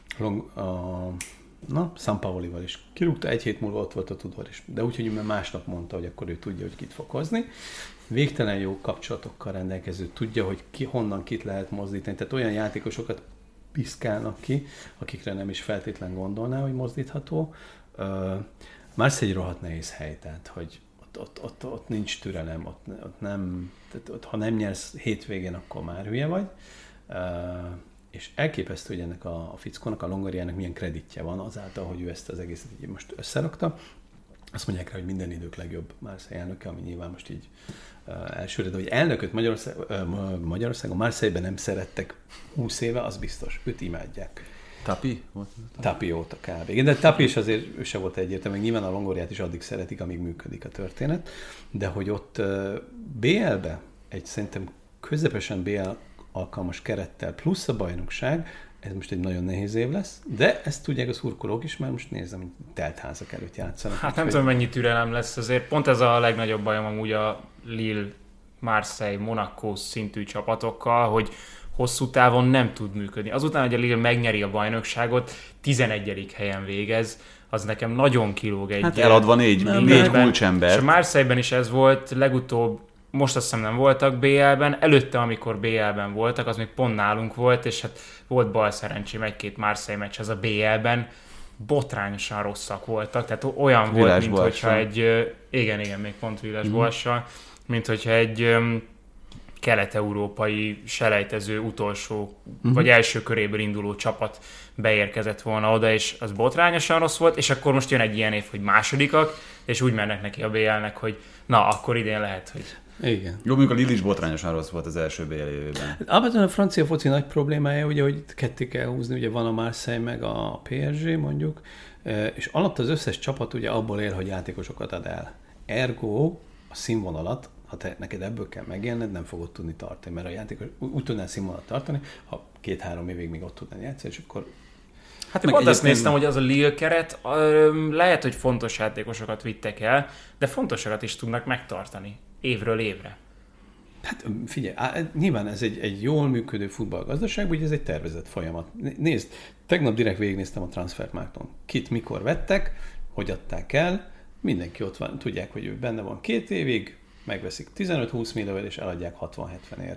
São Paulival is. Kirúgta, egy hét múlva ott volt a tudvar is. De úgy, hogy másnap mondta, hogy akkor ő tudja, hogy kit fog hozni. Végtelen jó kapcsolatokkal rendelkező, tudja, hogy honnan kit lehet mozdítani. Tehát olyan játékosokat piszkálnak ki, akikre nem is feltétlen gondolná, hogy mozdítható. Marseille egy rohadt nehéz hely, tehát hogy ott nincs türelem, ott nem, tehát ott, ha nem nyersz hétvégén, akkor már hülye vagy. És elképesztő, hogy ennek a fickónak, a Longoriának milyen kreditje van azáltal, hogy ő ezt az egészet így most összerakta. Azt mondják rá, hogy minden idők legjobb Marseille elnöke, ami nyilván most így elsőre, de hogy elnököt Magyarországon, Marseille-ben nem szerettek 20 éve, az biztos. Őt imádják. Tapi? Tapi óta kb. Igen, de Tapi is azért ő se volt egyértelmű, meg nyilván a Longoriát is addig szeretik, amíg működik a történet, de hogy ott BL-be egy szerintem közepesen BL alkalmas kerettel plusz a bajnokság, ez most egy nagyon nehéz év lesz, de ezt tudják a szurkolók is, mert most nézem, hogy telt házak előtt játszanak. Hát nem tudom, mennyi türelem lesz azért. Pont ez a legnagyobb bajom amúgy a Lille, Marseille, Monaco szintű csapatokkal, hogy hosszú távon nem tud működni. Azután, hogy a Lille megnyeri a bajnokságot, 11. helyen végez, az nekem nagyon kilóg egy... Hát eladva négy kulcsember. És a Marseille-ben is ez volt, legutóbb, most azt hiszem nem voltak BL-ben, előtte, amikor BL-ben voltak, az még pont nálunk volt, és hát volt bal szerencsém egy-két Marseille meccs, az a BL-ben botrányosan rosszak voltak, tehát olyan volt, mint hogyha egy... Igen, még pont Villas Boassal. mint hogyha egy kelet-európai selejtező utolsó, vagy első köréből induló csapat beérkezett volna oda, és az botrányosan rossz volt, és akkor most jön egy ilyen év, hogy másodikak, és úgy mennek neki a BL-nek, hogy na, akkor idén lehet, hogy... Igen. Jó, mondjuk a Lille is botrányosan rossz volt az első BL évben. Alapvetően a francia foci nagy problémája, ugye, hogy ketté kell húzni, ugye van a Marseille meg a PSG mondjuk, és alatt az összes csapat ugye abból él, hogy játékosokat ad el. Ergo a színvonalat, ha te neked ebből kell megélned, nem fogod tudni tartani, mert a játékos úgy tudnál színvonalat tartani, ha 2-3 évig még ott tudnál játszani, és akkor... Hát pont azt néztem, hogy az a Lille keret, lehet, hogy fontos játékosokat vittek el, de fontosakat is tudnak megtartani évről évre. Hát figyelj, nyilván ez egy jól működő futballgazdaság, ugye ez egy tervezett folyamat. Nézd, tegnap direkt végignéztem a Transfermarkton. Kit mikor vettek, hogy adták el, mindenki ott van, tudják, hogy ő benne van 2 évig, megveszik 15-20 millióért, és eladják 60-70-ért.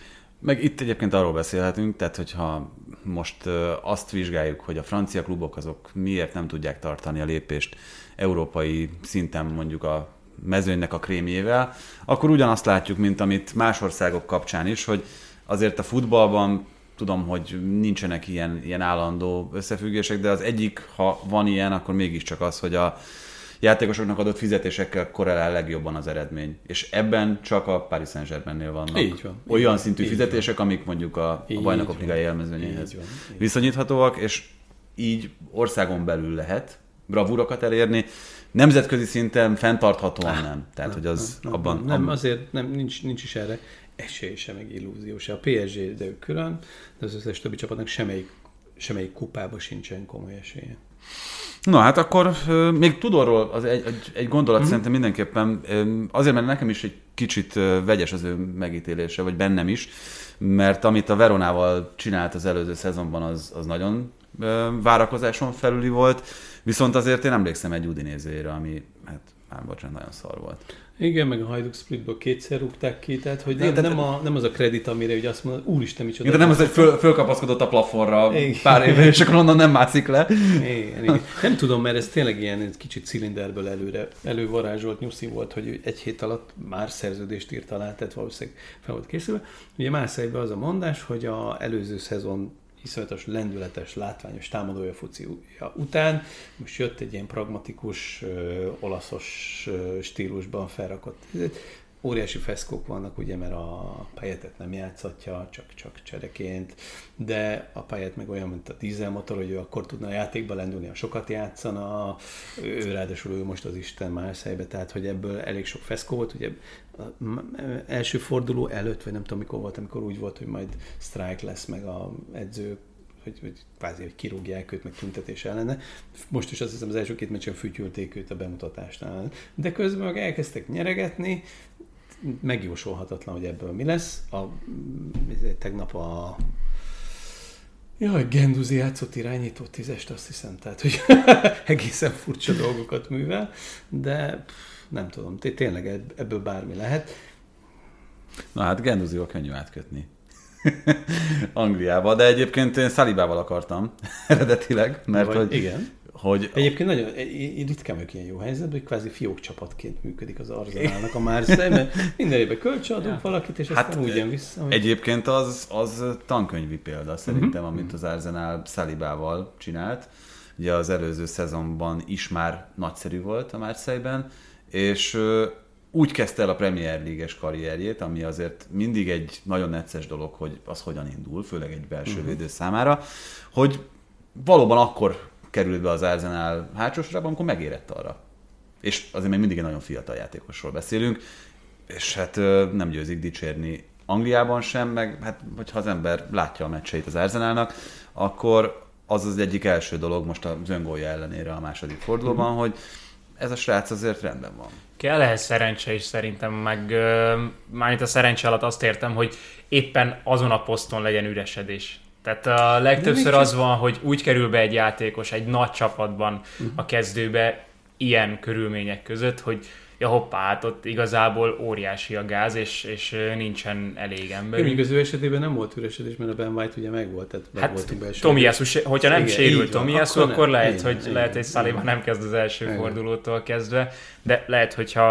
Meg itt egyébként arról beszélhetünk, tehát hogyha most azt vizsgáljuk, hogy a francia klubok azok miért nem tudják tartani a lépést európai szinten mondjuk a mezőnynek a krémjével, akkor ugyanazt látjuk, mint amit más országok kapcsán is, hogy azért a futballban tudom, hogy nincsenek ilyen állandó összefüggések, de az egyik, ha van ilyen, akkor mégiscsak az, hogy a játékosoknak adott fizetésekkel korrelál legjobban az eredmény. És ebben csak a Paris Saint-Germainnél vannak olyan szintű fizetések, amik mondjuk a Bajnokok Ligája élmezőnyéhez viszonyíthatóak, és így országon belül lehet bravúrokat elérni, nemzetközi szinten fenntarthatóan nem. Tehát, hogy az abban... Nem, azért nincs is erre esély sem, meg illúzió se. A PSG, de ők külön, de az összes többi csapatnak semmelyik kupába sincsen komoly esélye. Na hát akkor még Tudorról az egy gondolat szerintem mindenképpen, azért, mert nekem is egy kicsit vegyes az ő megítélése, vagy bennem is, mert amit a Veronával csinált az előző szezonban, az nagyon várakozáson felüli volt, viszont azért én emlékszem egy Udinézére, ami hát bocsánat, nagyon szar volt. Igen, meg a Hajduk Splitből 2-szer rúgták ki, tehát hogy nem az a kredit, amire ugye azt mondod, úristen, micsoda. De nem az, hogy fölkapaszkodott a plafonra pár éve, és akkor onnan nem mászik le. Igen. Nem tudom, mert ez tényleg ilyen kicsit cilinderből elővarázsolt nyuszi volt, hogy egy hét alatt már szerződést írt alá, tehát valószínűleg fel volt készülve. Ugye Marseille-ben az a mondás, hogy az előző szezon iszonyatos, lendületes, látványos támadója focia után most jött egy ilyen pragmatikus, olaszos stílusban felrakott. Óriási feszkók vannak, ugye, mert a Payetet nem játszatja, csak csereként, de a Payet meg olyan, mint a dízelmotor, hogy ő akkor tudna a játékba lendülni, ha sokat játszana, ő ráadásul ő most az Isten Marseille-be, tehát hogy ebből elég sok feszkó volt, ugye első forduló előtt, vagy nem tudom mikor volt, amikor úgy volt, hogy majd strike lesz, meg a edzők, hogy kvázi, hogy kirúgják őt, meg tüntetés ellene. Most is azt hiszem, az első 2 meccsen fütyülték őt a bemutatásnál. De közben meg elkezdtek nyeregetni, megjósolhatatlan, hogy ebből mi lesz. Tegnap a Genduzi játszott irányító 10-est, azt hiszem, tehát, hogy egészen furcsa dolgokat művel, de nem tudom, tényleg ebből bármi lehet. Na hát Genduzival könnyű átkötni. Angliába, de egyébként én Salibával akartam eredetileg, mert hogy... Igen. Hogy egyébként nagyon ritkán vagyok ilyen jó helyzetben, hogy kvázi fiók csapatként működik az Arsenalnak a Marseille, mert minden évben kölcsönadunk valakit, és aztán úgy jön vissza. Hogy... Egyébként az tankönyvi példa szerintem, amit az Arsenal Salibával csinált. Ugye az előző szezonban is már nagyszerű volt a Marseille-ben, és úgy kezdte el a Premier League-es karrierjét, ami azért mindig egy nagyon necces dolog, hogy az hogyan indul, főleg egy belső védő számára, hogy valóban akkor került be az Arsenal hátsósorában, amikor megérett arra. És azért még mindig egy nagyon fiatal játékosról beszélünk, és hát nem győzik dicsérni Angliában sem, meg hát, hogyha az ember látja a meccseit az Arsenalnak, akkor az egyik első dolog most az öngólja ellenére a második fordulóban, hogy ez a srác azért rendben van. Kell ehhez szerencse is szerintem, meg már itt a szerencse alatt azt értem, hogy éppen azon a poszton legyen üresedés. Tehát a legtöbbször az van, hogy úgy kerül be egy játékos egy nagy csapatban a kezdőbe ilyen körülmények között, hogy ja hoppá, hát ott igazából óriási a gáz, és nincsen elég ember. Még az ő esetében nem volt üresedés, mert a Ben White ugye megvolt, tehát hát Tomiyasu, hogyha nem sérült Tomiyasu, akkor lehet, hogy Saliba nem kezd az első fordulótól kezdve, de lehet, hogyha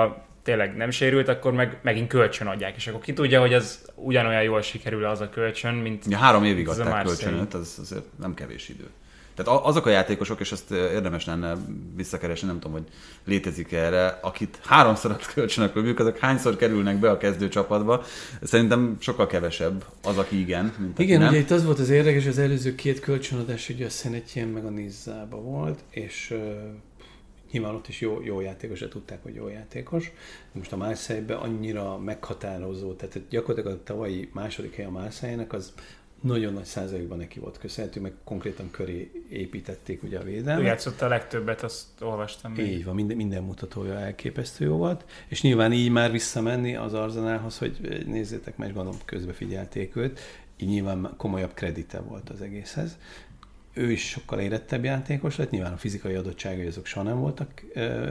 tényleg nem sérült, akkor megint kölcsön adják, és akkor ki tudja, hogy az ugyanolyan jól sikerül az a kölcsön, mint ja, 3 évig az a adták Marseille. kölcsönöt, az azért nem kevés idő. Tehát azok a játékosok, és ezt érdemes lenne visszakeresni, nem tudom, hogy létezik erre, akit 3-szor ad kölcsönökről, ők azok hányszor kerülnek be a kezdőcsapatba. Szerintem sokkal kevesebb az, aki igen, mint aki igen, nem. ugye itt az volt az érdekes, az előző 2 kölcsönadás, ugye a Szenetjen meg a Nizzába volt, és nyilván ott is jó játékos, tudták, hogy jó játékos. Most a Marseille-ben annyira meghatározó, tehát gyakorlatilag a tavalyi második hely a Marseille-nek az nagyon nagy százalékban neki volt köszönhető, meg konkrétan köré építették ugye a védelmet. Ő játszotta a legtöbbet, azt olvastam. Így van, minden mutatója elképesztő jó volt, és nyilván így már visszamenni az Arsenalhoz, hogy nézzétek meg, gondolom közbe figyelték őt, így nyilván komolyabb kredite volt az egészhez. Ő is sokkal érettebb játékos lett, nyilván a fizikai adottságai azok soha nem voltak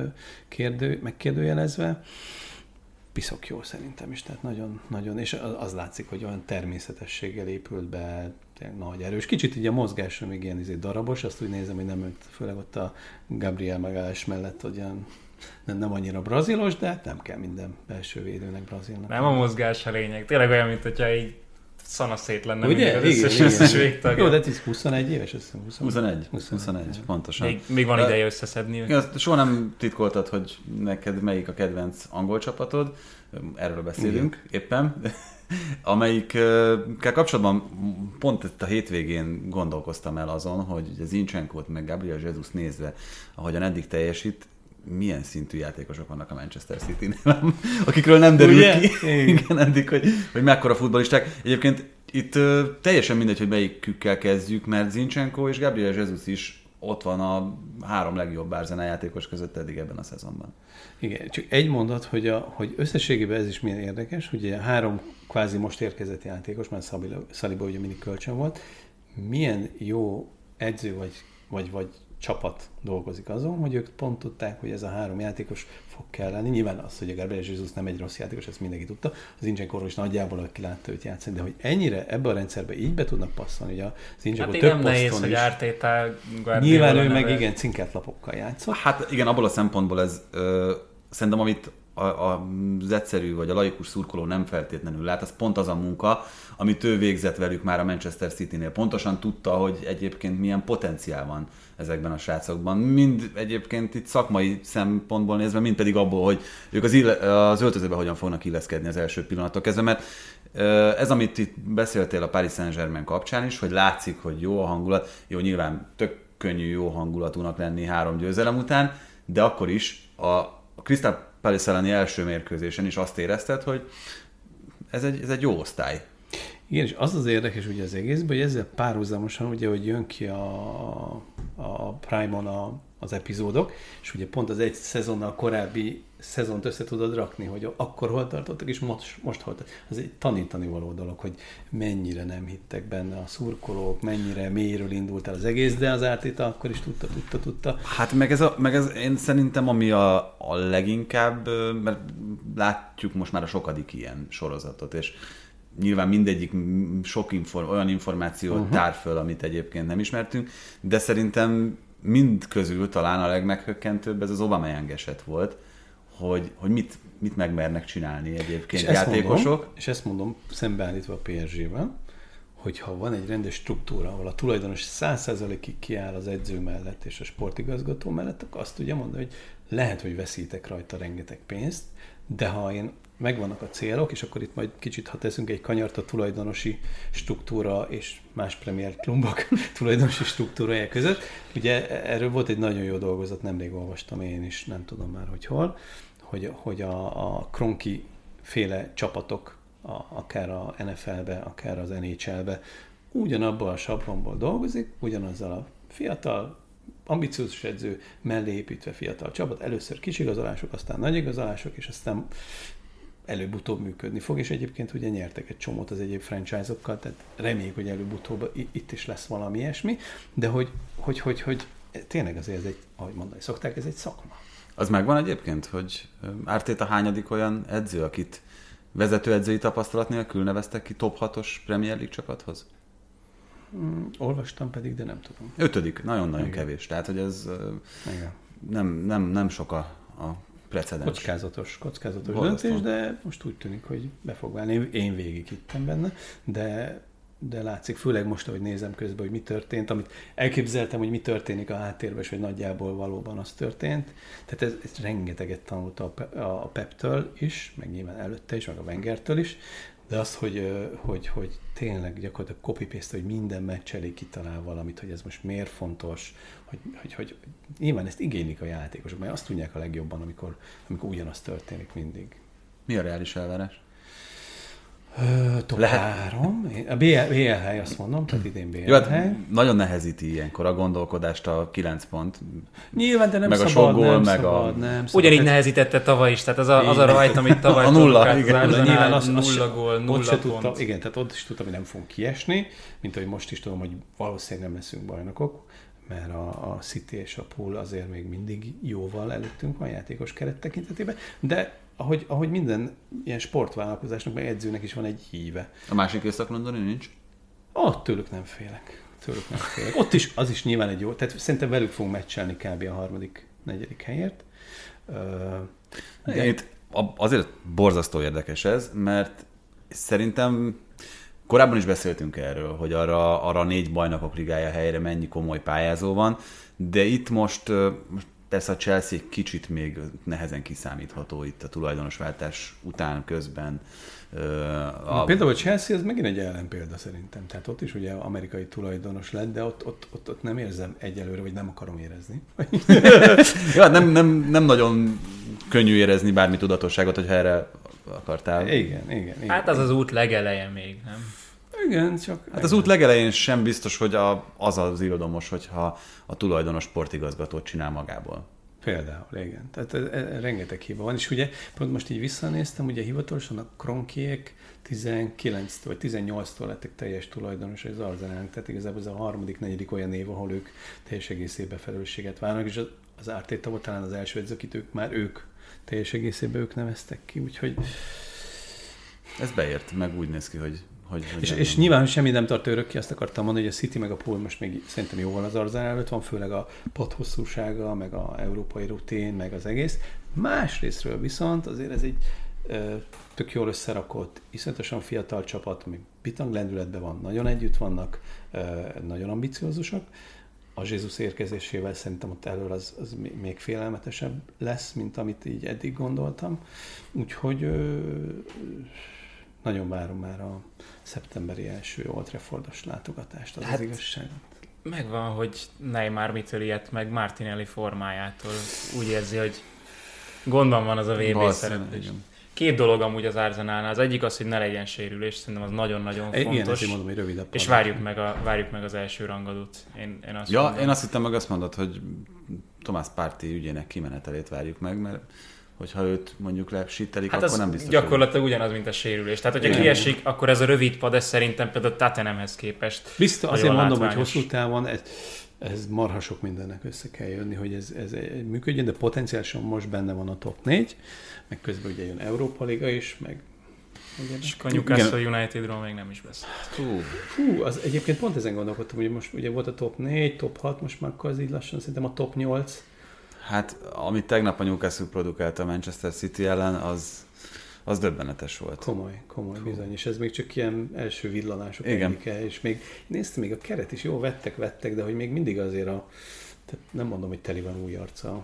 megkérdőjelezve. Piszok jó szerintem is, tehát nagyon, és az látszik, hogy olyan természetességgel épült be, nagy erős. Kicsit így a mozgásra még ilyen darabos, azt úgy nézem, hogy nem, főleg ott a Gabriel Magalhães mellett, hogy nem annyira brazilos, de hát nem kell minden belső védőnek brazilnak. Nem a mozgás a lényeg. Tényleg olyan, mint hogyha így szanaszét lenne ugye? mindig az összes végtagja. Jó, de ez 21 éves, azt hiszem. 21, pontosan. Még van ideje összeszedni. Soha nem titkoltad, hogy neked melyik a kedvenc angol csapatod, erről beszélünk éppen, amelyikkel kapcsolatban pont itt a hétvégén gondolkoztam el azon, hogy Zincsenkót meg Gabriel Jesus nézve, ahogyan eddig teljesít, milyen szintű játékosok vannak a Manchester City-nél, akikről nem derül ki, igen, eddig, hogy mekkora futballisták. Egyébként itt teljesen mindegy, hogy melyikükkel kezdjük, mert Zinchenko és Gabriel Jesus is ott van a 3 legjobb Arsenal játékos között eddig ebben a szezonban. Igen, csak egy mondat, hogy összességében ez is milyen érdekes, ugye 3 kvázi most érkezett játékos, mert Saliba ugye mindig kölcsön volt, milyen jó edző vagy csapat dolgozik azon, hogy ők pont tudták, hogy ez a 3 játékos fog kelleni. Nyilván az, hogy a Gabriel Jesus nem egy rossz játékos, ezt mindenki tudta. Az Zincsenkóról is nagyjából, aki látta őt játszani, de hogy ennyire ebbe a rendszerbe így be tudnak passzolni, hogy a Zincsenkó több poszton nehéz, hogy Arteta nyilván ő meg igen, cinkert lapokkal játszott. Hát igen, abból a szempontból ez szerintem, amit az egyszerű vagy a laikus szurkoló nem feltétlenül lát, az pont az a munka, amit ő végzett velük már a Manchester City-nél. Pontosan tudta, hogy egyébként milyen potenciál van ezekben a srácokban. Mind egyébként itt szakmai szempontból nézve, mind pedig abból, hogy ők az öltözőben hogyan fognak illeszkedni az első pillanattól kezdve, mert ez, amit itt beszéltél a Paris Saint-Germain kapcsán is, hogy látszik, hogy jó a hangulat, jó, nyilván tök könnyű jó hangulatúnak lenni 3 győzelem után, de akkor is a Crystal Palace elleni első mérkőzésen is azt érezted, hogy ez egy jó osztály. Igen, és az érdekes ugye az egészben, hogy ezzel párhuzamosan ugye, hogy jön ki a Prime-on az epizódok, és ugye pont az egy szezonnal korábbi szezont össze tudod rakni, hogy akkor hol tartottak, és most hol tartottak. Ez egy tanítani való dolog, hogy mennyire nem hittek benne a szurkolók, mennyire mélyről indult el az egész, de az Arteta akkor is tudta. Hát meg ez én szerintem, ami a leginkább, mert látjuk most már a sokadik ilyen sorozatot, és nyilván mindegyik sok olyan információt tár föl, amit egyébként nem ismertünk, de szerintem mind közül talán a legmeghökkentőbb ez az Aubameyang eset volt, hogy mit megmernek csinálni egyébként játékosok. És ezt mondom szembeállítva a PSG-vel, hogyha van egy rendes struktúra, ahol a tulajdonos 100%-ig kiáll az edző mellett és a sportigazgató mellett, akkor azt tudja mondani, hogy lehet, hogy veszítek rajta rengeteg pénzt, de ha én megvannak a célok, és akkor itt majd kicsit, ha teszünk egy kanyart a tulajdonosi struktúra és más Premier klubok tulajdonosi struktúrája között. Ugye erről volt egy nagyon jó dolgozat, nemrég olvastam én is, nem tudom már, hogy hol, hogy a Kroenke féle csapatok, akár a NFL-be, akár az NHL-be ugyanabban a sablonból dolgozik, ugyanazzal a fiatal, ambiciózus edző mellé építve fiatal csapat, először kis igazolások, aztán nagy igazolások, és aztán előbb-utóbb működni fog, és egyébként ugye nyertek egy csomót az egyéb franchise-okkal, tehát reméljük, hogy előbb-utóbb itt is lesz valami ilyesmi, de hogy tényleg azért ez egy, ahogy mondani szokták, ez egy szakma. Az megvan egyébként, hogy Arteta hányadik olyan edző, akit vezetőedzői tapasztalat nélkül neveztek ki top 6-os Premier League csapathoz? Olvastam pedig, de nem tudom. 5. Nagyon-nagyon kevés. Tehát, hogy ez nem sok a precedens. Kockázatos döntés, de most úgy tűnik, hogy be fog válni. Én végig hittem benne, de látszik, főleg most, ahogy nézem közben, hogy mi történt, amit elképzeltem, hogy mi történik a háttérben, és hogy nagyjából valóban az történt. Tehát ez rengeteget tanult a Pep-től is, meg nyilván előtte is, meg a Wengertől is, de az, hogy tényleg gyakorlatilag copy-paste, hogy minden meccs elé kitalál valamit, hogy ez most miért fontos, hogy nyilván ezt igénylik a játékosok, mert azt tudják a legjobban, amikor ugyanaz történik mindig. Mi a reális elvárás? Top 3. A BL hely, azt mondom, tehát idén BL jó, hát hely. nagyon nehezíti ilyenkor a gondolkodást a 9 pont. Nyilván, de nem meg szabad, a gól, nem meg szabad, nem szabad. Ugyanígy nehezítette tavaly is, tehát az a rajt, amit tavaly a nulla, nyilván az nulla gól, nulla pont. Igen, tehát ott is tudtam, hogy nem fogunk kiesni, mint ahogy most is tudom, hogy valószínűleg nem leszünk bajnokok, mert a City és a Pool azért még mindig jóval előttünk van játékos keret tekintetében, de ahogy minden ilyen sportvállalkozásnak, meg edzőnek is van egy híve. A másik észak-londoni nincs? Tőlük nem félek. Ott is, az is nyilván egy jó, tehát szerintem velük fogunk meccselni kb. A 3.-4. helyért. Itt azért borzasztó érdekes ez, mert szerintem korábban is beszéltünk erről, hogy arra 4 bajnokok ligája helyre mennyi komoly pályázó van, de itt most persze a Chelsea kicsit még nehezen kiszámítható itt a tulajdonosváltás után, közben. Például a Chelsea az megint egy ellenpélda szerintem. Tehát ott is ugye amerikai tulajdonos lett, de ott nem érzem egyelőre, vagy nem akarom érezni. Ja, nem nagyon könnyű érezni bármi tudatosságot, hogyha erre akartál. Igen. Hát az út legeleje még, nem? Igen, csak... Hát az út legelején sem biztos, hogy az irodomos, hogyha a tulajdonos sportigazgatót csinál magából. Például, igen. Tehát rengeteg hiba van, és ugye pont most így visszanéztem, ugye hivatalosan a Kronkiek 19 vagy 18-tól lettek teljes tulajdonos az Arsenalnak, tehát igazából ez a 3.-4. olyan év, ahol ők teljes egészében felelősséget vállalnak, és az Arteta volt talán az első edző, akit ők teljes egészében ők neveztek ki, úgyhogy... Ez beért, meg úgy néz ki, hogy és nyilván semmi nem tart örökké, azt akartam mondani, hogy a City meg a Pool most még szerintem jóval az Arsenal előtt van, főleg a padhosszúsága, meg a európai rutin, meg az egész. Másrésztről viszont azért ez egy tök jól összerakott, iszonyatosan fiatal csapat, még bitang lendületben van, nagyon együtt vannak, nagyon ambiciózusak. A Jézus érkezésével szerintem ott elől az még félelmetesebb lesz, mint amit így eddig gondoltam. Úgyhogy nagyon várom már a szeptemberi első Old Traffordos látogatást, az igazság. Megvan, hogy Neymar mitől ilyet, meg Martinelli formájától úgy érzi, hogy gondban van az a VB szereplés. 2 dolog amúgy az Arsenalnál. Az egyik az, hogy ne legyen sérülés, szerintem az nagyon-nagyon fontos. Igen, mondom, hogy rövidebb. És várjuk meg az első rangadót. Én azt hittem meg azt mondod, hogy Thomas Partey ügyének kimenetelét várjuk meg, mert hogyha őt mondjuk lesítelik, hát akkor nem biztos. Gyakorlatilag ugyanaz, mint a sérülés. Tehát, hogyha kiesik, akkor ez a rövid pad, ez szerintem például Tottenhamhez képest. Biztos, azért mondom, hogy hosszú távon ez marha sok mindennek össze kell jönni, hogy ez működjön, de potenciálisan most benne van a top 4, meg közben ugye jön Európa Liga is, meg... És a Newcastle Unitedról még nem is beszélt. Hú, az egyébként pont ezen gondolkodtam, hogy most ugye volt a top 4, top 6, most már akkor az így lassan szerintem a top 8. Hát, amit tegnap a Newcastle produkált a Manchester City ellen, az döbbenetes volt. Komoly bizony, és ez még csak ilyen első villanások egyike, és még néztem, még a keret is jó, vettek, de hogy még mindig azért tehát nem mondom, hogy teli van új arccal.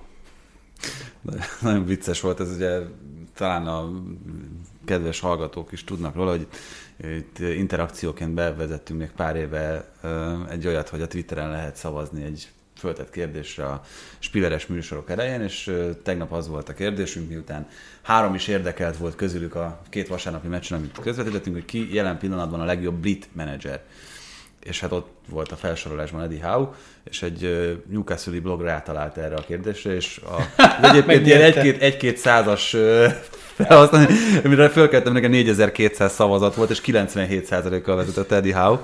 Nagyon vicces volt ez, ugye talán a kedves hallgatók is tudnak róla, hogy itt interakcióként bevezettünk még pár éve egy olyat, hogy a Twitteren lehet szavazni egy föltett kérdésre a Spilleres műsorok elején, és tegnap az volt a kérdésünk, miután 3 is érdekelt volt közülük a 2 vasárnapi meccsen, amit közvetítettünk, hogy ki jelen pillanatban a legjobb brit menedzser. És hát ott volt a felsorolásban Eddie Howe, és egy Newcastle-i blog rátalált erre a kérdésre, és az egyébként ilyen 1-2 százas felhasználni, amire fölkeltem, nekem 4200 szavazat volt, és 97%-kal vezetett Eddie Howe.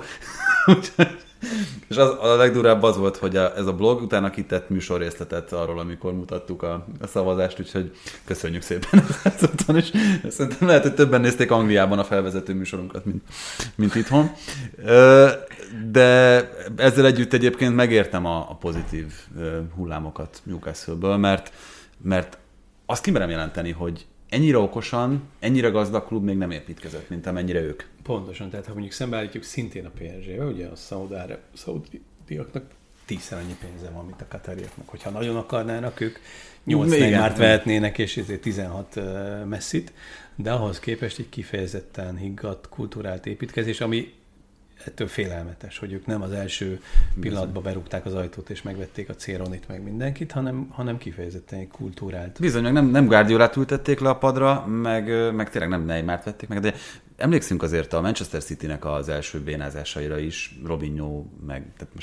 És a legdurább az volt, hogy ez a blog utána kitett műsorrészletet arról, amikor mutattuk a szavazást, úgyhogy köszönjük szépen ezúton, és szerintem lehet, hogy többen nézték Angliában a felvezető műsorunkat, mint itthon. De ezzel együtt egyébként megértem a pozitív hullámokat Newcastle-ből, mert azt kimerem jelenteni, hogy ennyire okosan, ennyire gazdag klub még nem építkezett, mint amennyire ők. Pontosan, tehát ha mondjuk szembeállítjuk szintén a PSG-vel, ugye a szaudiaknak 10-szer annyi pénze van, mint a katariaknak. Hogyha nagyon akarnának, ők 8 Neymart vehetnének, és 16 Messit, de ahhoz képest egy kifejezetten higgadt, kulturált építkezés, ami ettől félelmetes, hogy ők nem az első pillanatban berúgták az ajtót, és megvették a Céronit, meg mindenkit, hanem kifejezetten egy kultúrált. Bizony, nem Guardiolát ültették le a padra, meg tényleg nem Neymart vették meg, de emlékszünk azért a Manchester City-nek az első bénázásaira is, Robinho, meg tehát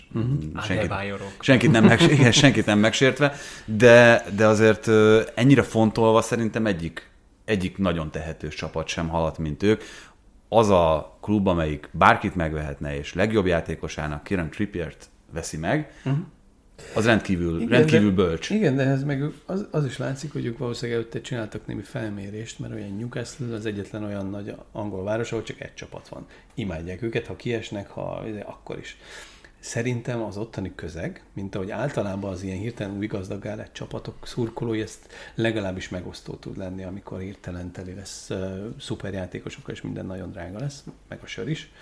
most senkit nem megsértve, de azért ennyire fontolva szerintem egyik nagyon tehetős csapat sem haladt, mint ők. Az a klub, amelyik bárkit megvehetne, és legjobb játékosának Kieran Trippiert veszi meg, az rendkívül bölcs. Igen, de ez meg az is látszik, hogy ők valószínűleg előtte csináltak némi felmérést, mert olyan Newcastle az egyetlen olyan nagy angol város, ahol csak egy csapat van. Imádják őket, ha kiesnek, akkor is. Szerintem az ottani közeg, mint ahogy általában az ilyen hirtelen új gazdaggá lett csapatok szurkolói, ezt legalábbis megosztó tud lenni, amikor hirtelen teli lesz szuperjátékosokkal, és minden nagyon drága lesz, meg a sör is.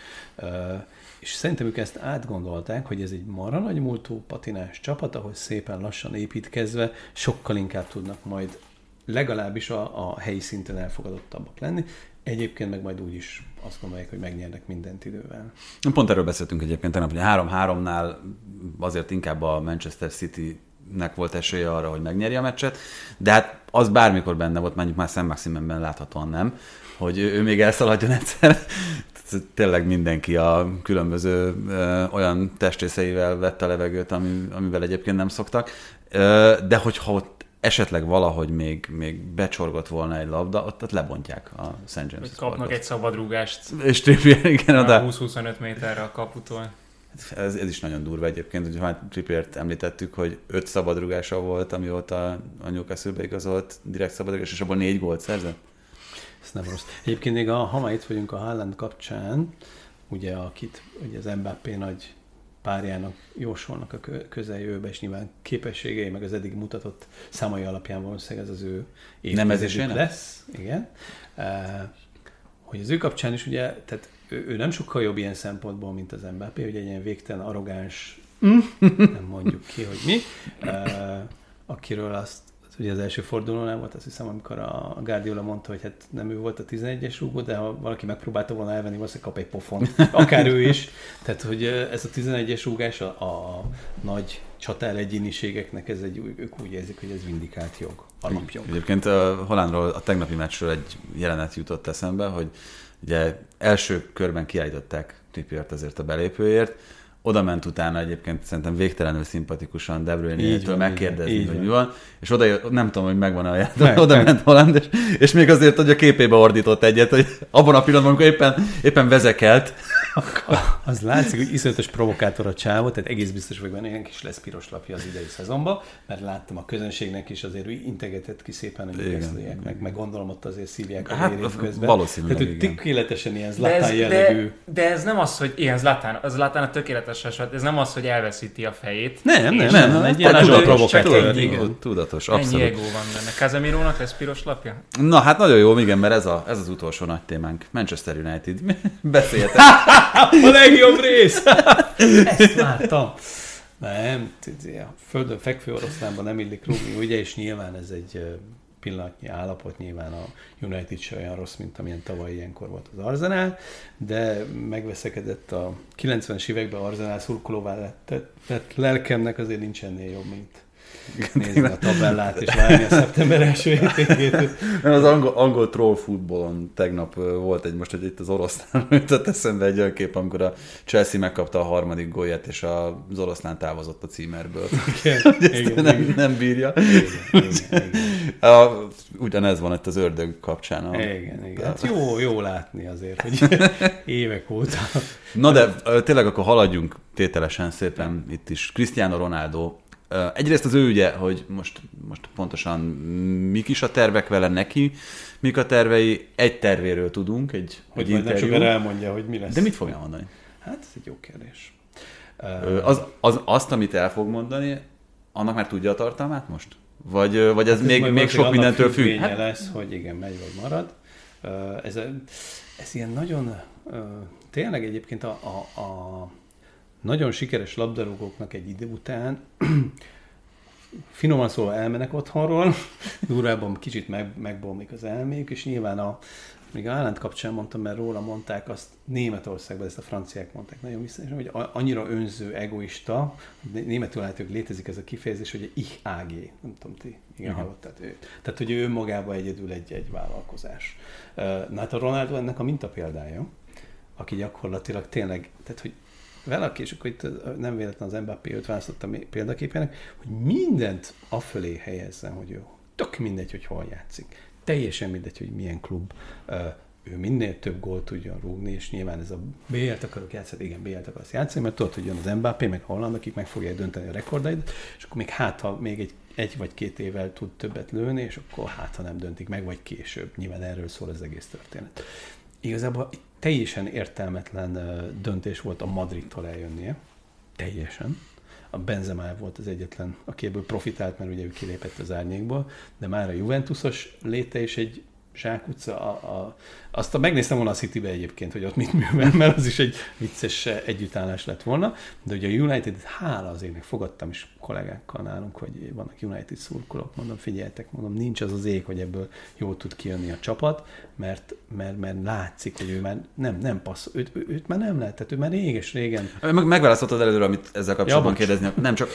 És szerintem ők ezt átgondolták, hogy ez egy marha nagy múltú patinás csapat, ahol szépen lassan építkezve sokkal inkább tudnak majd legalábbis a helyi szinten elfogadottabbak lenni. Egyébként meg majd úgy is azt gondolják, hogy megnyernek mindent idővel. Pont erről beszéltünk egyébként tegnap, hogy 3-3-nál azért inkább a Manchester City-nek volt esélye arra, hogy megnyeri a meccset, de hát az bármikor benne volt, mondjuk már Saint-Maximinben láthatóan nem, hogy ő még elszaladjon egyszer. Tényleg mindenki a különböző olyan testrészeivel vett a levegőt, amivel egyébként nem szoktak. De hogyha ott esetleg valahogy még becsorgott volna egy labda, ott lebontják a St. James' Parkot. Kapnak egy szabadrúgást. És Trippier, igen, oda. 20-25 méterre a kaputól. Ez is nagyon durva egyébként, hogy már Trippiert említettük, hogy 5 szabadrúgása volt, amióta a Newcastle-be igazolt direkt szabadrúgás, és abból 4 gólt szerzett. Ez nem rossz. Egyébként még ha már itt vagyunk a Haaland kapcsán, ugye az Mbappé nagy párjának jósolnak a közeljövőbe, és nyilván képességei, meg az eddig mutatott számai alapján valószínűleg ez az ő évkezésük lesz. Igen. Hogy az ő kapcsán is ugye, tehát ő nem sokkal jobb ilyen szempontból, mint az Mbappé, ugye egy ilyen végtelen arrogáns, nem mondjuk ki, hogy mi, akiről azt ugye az első fordulónál volt, azt hiszem, amikor a Guardiola mondta, hogy hát nem ő volt a 11-es rúgó, de ha valaki megpróbálta volna elvenni, valószínűleg kap egy pofon, akár ő is. Tehát, hogy ez a 11-es rúgás a nagy csatár egyéniségeknek, ők úgy érzik, hogy ez vindikált jog, alapjog. Egyébként a Hollandról, a tegnapi meccsről egy jelenet jutott eszembe, hogy ugye első körben kiállították Trippiert azért a belépőért, oda ment utána egyébként szerintem végtelenül szimpatikusan De Bruyne-től megkérdezni, hogy mi van, és oda nem tudom, hogy megvan-e a játék, oda ment Holland, és még azért, hogy a képébe ordított egyet, hogy abban a pillanatban, amikor éppen vezekelt. Az látszik, hogy iszonyatos provokátor a csávó, tehát egész biztos vagyok benne, is lesz piros lapja az idei szezonban, mert láttam a közönségnek is azért integetett ki szépen a nyugesztőjek, meg gondolom ott azért szívják a vérét közben. Valószínűleg, tehát, hogy tökéletesen ilyen Zlatan jellegű. De ez nem az, hogy ilyen Zlatan a tökéletes eset, ez nem az, hogy elveszíti a fejét. Nem, egy ilyen nagyon provokátor. Tudatos, abszolút. Ennyi egó van benne. Casemirónak lesz piros lapja? Na, hát nagyon jó, igen, mert ez az utolsó nagy témánk. Manchester United. Beszéljetek. A legjobb rész! Ezt láttam. Nem, a földön fekvő oroszlánban nem illik rúgni, ugye, és nyilván ez egy pillanatnyi állapot, nyilván a United se olyan rossz, mint amilyen tavaly ilyenkor volt az Arsenal, de megveszekedett a 90-es években Arsenal szurkolóvá lett lelkemnek, azért nincs ennél jobb, mint nézni a tabellát és várni a szeptember első hétvégét. Az angol troll futballon tegnap volt most, hogy itt az oroszlán jutott eszembe egy olyan kép, amikor a Chelsea megkapta a harmadik gólját, és az oroszlán távozott a címerből. Igen, nem bírja. Igen. Ugyanez van itt az ördög kapcsán. Igen. Hát jó látni azért, hogy évek óta. Na de tényleg akkor haladjunk tételesen szépen itt is. Cristiano Ronaldo. Egyrészt az ő ügye, hogy most pontosan mik is a tervek vele neki, mik a tervei, egy tervéről tudunk, egy interjú. Nem sokan elmondja, hogy mi lesz. De mit fogja mondani? Hát ez egy jó kérdés. Azt, amit el fog mondani, annak már tudja a tartalmát most? Vagy ez még sok mindentől függ? Hát lesz, hogy igen, megy vagy marad. Ez ilyen nagyon, tényleg egyébként a nagyon sikeres labdarúgóknak egy idő után finoman szólva elmennek otthonról, durvában kicsit megbomlik az elméjük, és nyilván még a Haaland kapcsán mondtam, mert róla mondták azt Németországban, ezt a franciák mondták nagyon vissza, hogy annyira önző, egoista, németül látjuk, létezik ez a kifejezés, hogy ich AG, nem tudom, ti igen hallottad ő. Tehát, hogy ő önmagában egyedül egy vállalkozás. Na hát a Ronaldo ennek a mintapéldája, aki gyakorlatilag tényleg, tehát, hogy valaki, és akkor itt nem véletlen az Mbappé őt választottam példaképének, hogy mindent afölé helyezzen, hogy ő tök mindegy, hogy hol játszik. Teljesen mindegy, hogy milyen klub, ő minél több gólt tudjon rúgni, és nyilván ez a BL-t akarok játszani, igen, BL-t akarsz játszani, mert tudod, hogy jön az Mbappé, meg Holland, akik meg fogják dönteni a rekordait, és akkor még ha még egy vagy két évvel tud többet lőni, és akkor ha nem döntik meg, vagy később. Nyilván erről szól az egész történet. Igazából teljesen értelmetlen döntés volt a Madridtól eljönnie. Teljesen. A Benzema volt az egyetlen, aki ebből profitált, mert ugye ő kilépett az árnyékból, de már a Juventusos léte is egy zsákutca. Azt megnéztem volna a Citybe egyébként, hogy ott mit művel, mert az is egy vicces együttállás lett volna, de ugye a United, hála az égnek, fogadtam is kollégákkal nálunk, hogy vannak United szurkolók, mondom, figyeljetek, mondom, nincs az az ég, hogy ebből jól tud kijönni a csapat, mert látszik, hogy ő már nem passzol, őt már nem lehet, tehát ő már régen. Megválaszoltad előre, amit ezzel kapcsolatban kérdezni. Nem csak,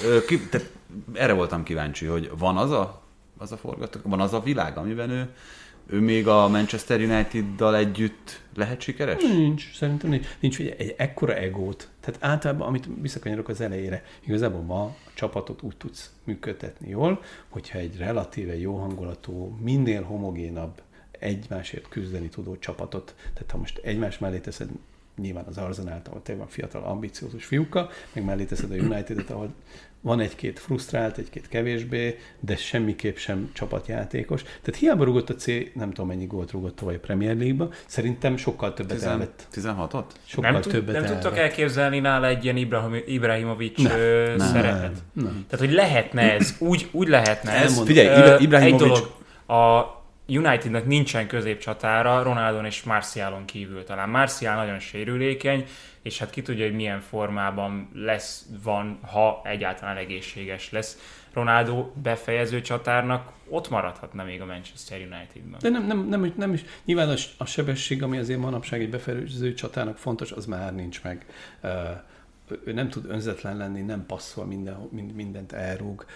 erre voltam kíváncsi, hogy van az a forgatókönyv, van az a világ, amiben ő még a Manchester United-dal együtt lehet sikeres? Nincs, szerintem nincs egy ekkora egót. Tehát általában, amit visszakanyarok az elejére, igazából ma a csapatot úgy tudsz működtetni jól, hogyha egy relatíve jó hangulatú, minél homogénabb, egymásért küzdeni tudó csapatot, tehát ha most egymás mellé teszed nyilván az Arsenalt, ahol tényleg van fiatal, ambiciózus fiúkkal, meg mellé teszed a United-et, ahol van egy-két frusztrált, egy-két kevésbé, de semmiképp sem csapatjátékos. Tehát hiába rúgott a C, nem tudom mennyi gólt rúgott tavaly a Premier League-ba, szerintem sokkal többet elvett. 16-ot? Sokkal többet nem tudtok elképzelni nála egy ilyen Ibrahimovic szerepet? Nem. Tehát, hogy lehetne ez, úgy lehetne ez. Figyelj, Ibrahimovic... Egy dolog, a Unitednak nincsen középcsatára Ronaldon és Martialon kívül. Talán Martial nagyon sérülékeny, és hát ki tudja, hogy milyen formában van, ha egyáltalán egészséges lesz. Ronaldo befejező csatárnak ott maradhatna még a Manchester Unitedban. De nem is. Nyilván a sebesség, ami azért manapság egy befejező csatárnak fontos, az már nincs meg. Ő nem tud önzetlen lenni, nem passzol, mindent elrúg.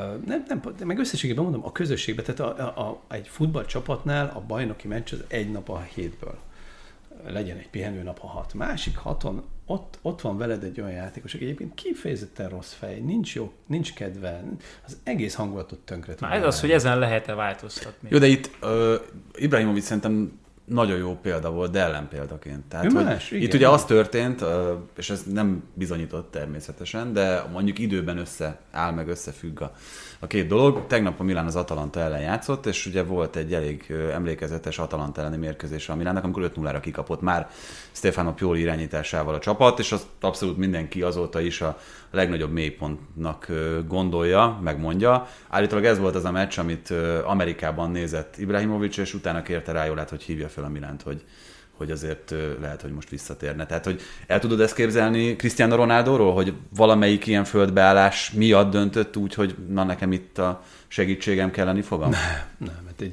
De meg összességében mondom, a közösségben, tehát egy futballcsapatnál a bajnoki meccs az egy nap a hétből. Legyen egy pihenőnap a 6. Másik 6-on ott van veled egy olyan játékos, aki egyébként kifejezetten rossz fej, nincs jó, nincs kedve, az egész hangulatot tönkre tudja. Ez az, hogy ezen lehet-e változtatni. Jó, de itt Ibrahimovic szerintem nagyon jó példa volt, de ellenpéldaként. Tehát, itt ugye az történt, és ez nem bizonyított természetesen, de mondjuk időben áll meg összefügg a két dolog. Tegnap a Milán az Atalanta ellen játszott, és ugye volt egy elég emlékezetes Atalanta elleni mérkőzés a Milánnak, amikor 5-0-ra kikapott már Stefano Pioli irányításával a csapat, és azt abszolút mindenki azóta is a legnagyobb mélypontnak gondolja, megmondja. Állítólag ez volt az a meccs, amit Amerikában nézett Ibrahimovic, és utána kérte rá Jolát, hogy hívja fel a Milánt, hogy azért lehet, hogy most visszatérne. Tehát, hogy el tudod ezt képzelni Cristiano Ronaldóról, hogy valamelyik ilyen földbeállás miatt döntött úgy, hogy na nekem itt a segítségem kell lenni fogam? Nem, mert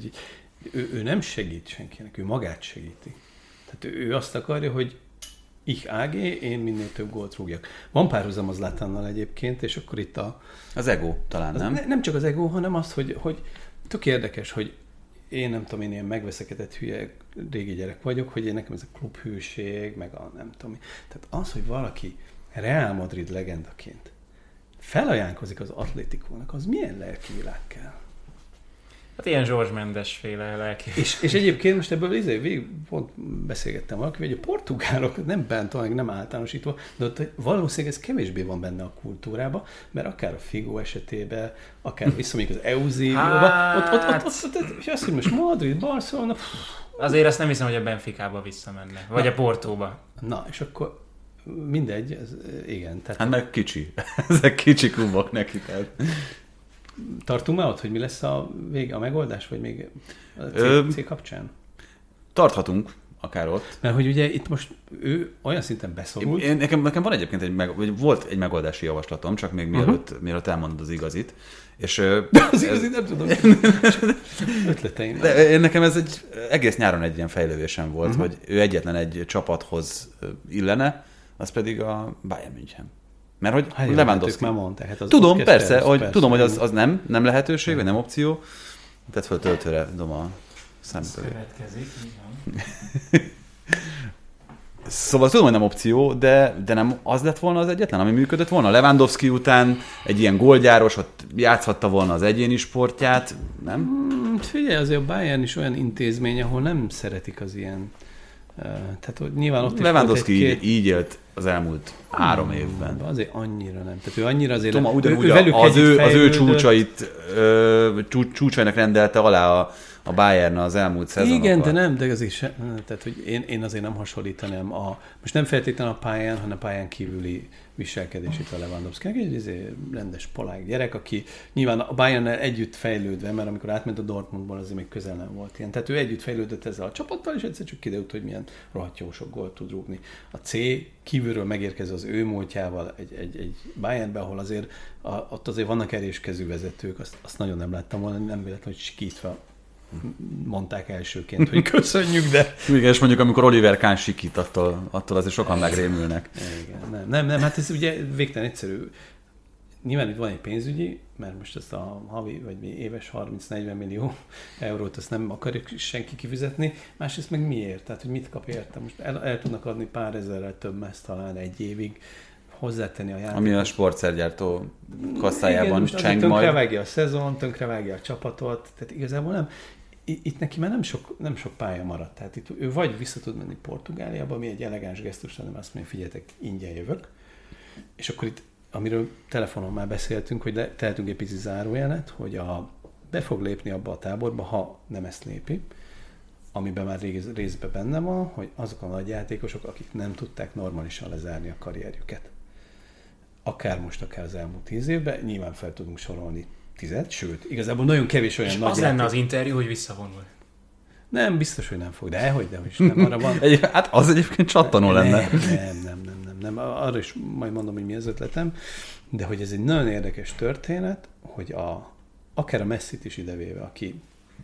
ő nem segít senkinek, ő magát segíti. Tehát ő azt akarja, hogy ich AG, én minél több gólt rúgjak. Van párhuzam az Zlatannal egyébként, és akkor itt az ego talán, nem? Nem csak az ego, hanem az, hogy tök érdekes, hogy én nem tudom, én ilyen megveszekedett hülye régi gyerek vagyok, hogy én nekem ez a klubhűség, meg a nem tudom. Tehát az, hogy valaki Real Madrid legendaként felajánlkozik az Atlétikónak, az milyen lelki világ kell? Hát ilyen Jorge Mendes féle lelki. És egyébként most ebből végig pont beszélgettem valakivel, hogy a portugálok nem bántanak, nem általánosítva, de ott valószínűleg ez kevésbé van benne a kultúrában, mert akár a Figo esetében, akár visszamegyünk az Eusebio-ba, ott, és azt, hogy most Madrid, Barcelona... Azért azt nem hiszem, hogy a Benficába visszamenne, vagy a Portóba. Na, és akkor mindegy, igen. Tehát hát meg kicsi. Ezek kicsi klubok neki. Tehát. tartunk már ott, hogy mi lesz a megoldás, vagy még a cég kapcsán? Tarthatunk, akár ott. Mert hogy ugye itt most ő olyan szinten beszorult. Nekem van egyébként volt egy megoldási javaslatom, csak még mielőtt elmondod az igazit. És, az igazit nem tudom. Ötleteim. Nekem ez egész nyáron egy ilyen fejlődésem volt, hogy ő egyetlen egy csapathoz illene, az pedig a Bayern München. Mert hogy Lewandowski. Már mondták, hát tudom, persze, tudom, hogy az nem lehetőség, vagy nem opció. Tedd fel töltőre, dom a számítógépet. Következik, Szóval tudom, hogy nem opció, de nem az lett volna az egyetlen, ami működött volna. Lewandowski után egy ilyen gólgyáros, ott játszhatta volna az egyéni sportját, nem? Figyelj, azért a Bayern is olyan intézmény, ahol nem szeretik az ilyen... Tehát hogy nyilván ott Lewandowski így élt az elmúlt 3 évben. Azért annyira nem. Tehát ő annyira azért... Tudom, ugyanúgy az ő csúcsainak rendelte alá a Bayern az elmúlt szezonokban. Igen, de nem, de azért tehát, hogy én azért nem hasonlítanám most nem feltétlenül a pályán, hanem a pályán kívüli viselkedését a Lewandowski. Egy rendes polág gyerek, aki nyilván a Bayernnel együtt fejlődve, mert amikor átment a Dortmundból, azért még közel nem volt ilyen. Tehát ő együtt fejlődött ezzel a csapattal, és egyszer csak kiderült, hogy milyen rohadt jó sok gólt tud rúgni. A C kívülről megérkező az ő múltjával egy Bayernbe, ahol azért ott azért vannak erőskezű vezetők, azt nagyon nem láttam volna, nem véletlen, hogy sikítva mondták elsőként, hogy köszönjük, de... Igen, és mondjuk amikor Oliver Kahn sikít, attól azért sokan megrémülnek. Igen, nem, hát ez ugye végtelen egyszerű. Nyilván itt van egy pénzügyi, mert most ezt a havi, vagy éves 30-40 millió eurót azt nem akarja senki kifizetni. Másrészt meg miért? Tehát, hogy mit kap érte? Most el tudnak adni pár ezerrel több meszt talán egy évig, hozzátenni a játékot. Ami a sportszergyártó kasszájában cseng majd. Tönkrevágja a szezon, tönkrevágja a csapatot, tehát igazából nem. Itt neki már nem sok pálya maradt. Tehát itt ő vagy vissza tud menni Portugáliába, ami egy elegáns gesztus, hanem azt mondja, figyeljetek, ingyen jövök. És akkor itt, amiről telefonon már beszéltünk, hogy tehetünk egy pici zárójelet, hogy be fog lépni abba a táborba, ha nem ezt lépi, amiben már részben benne van, hogy azok a nagy játékosok, akik nem tudták normálisan lezárni a karrierjüket. Akár most, akár az elmúlt 10 évben, nyilván fel tudunk sorolni 10, sőt, igazából nagyon kevés olyan és nagy az lenne az interjú, hogy visszavonul. Nem, biztos, hogy nem fog, de hogy nem, arra van. Hát az egyébként csattanó lenne. Nem, arra is majd mondom, hogy mi az ötletem, de hogy ez egy nagyon érdekes történet, hogy akár a Messit is idevéve, aki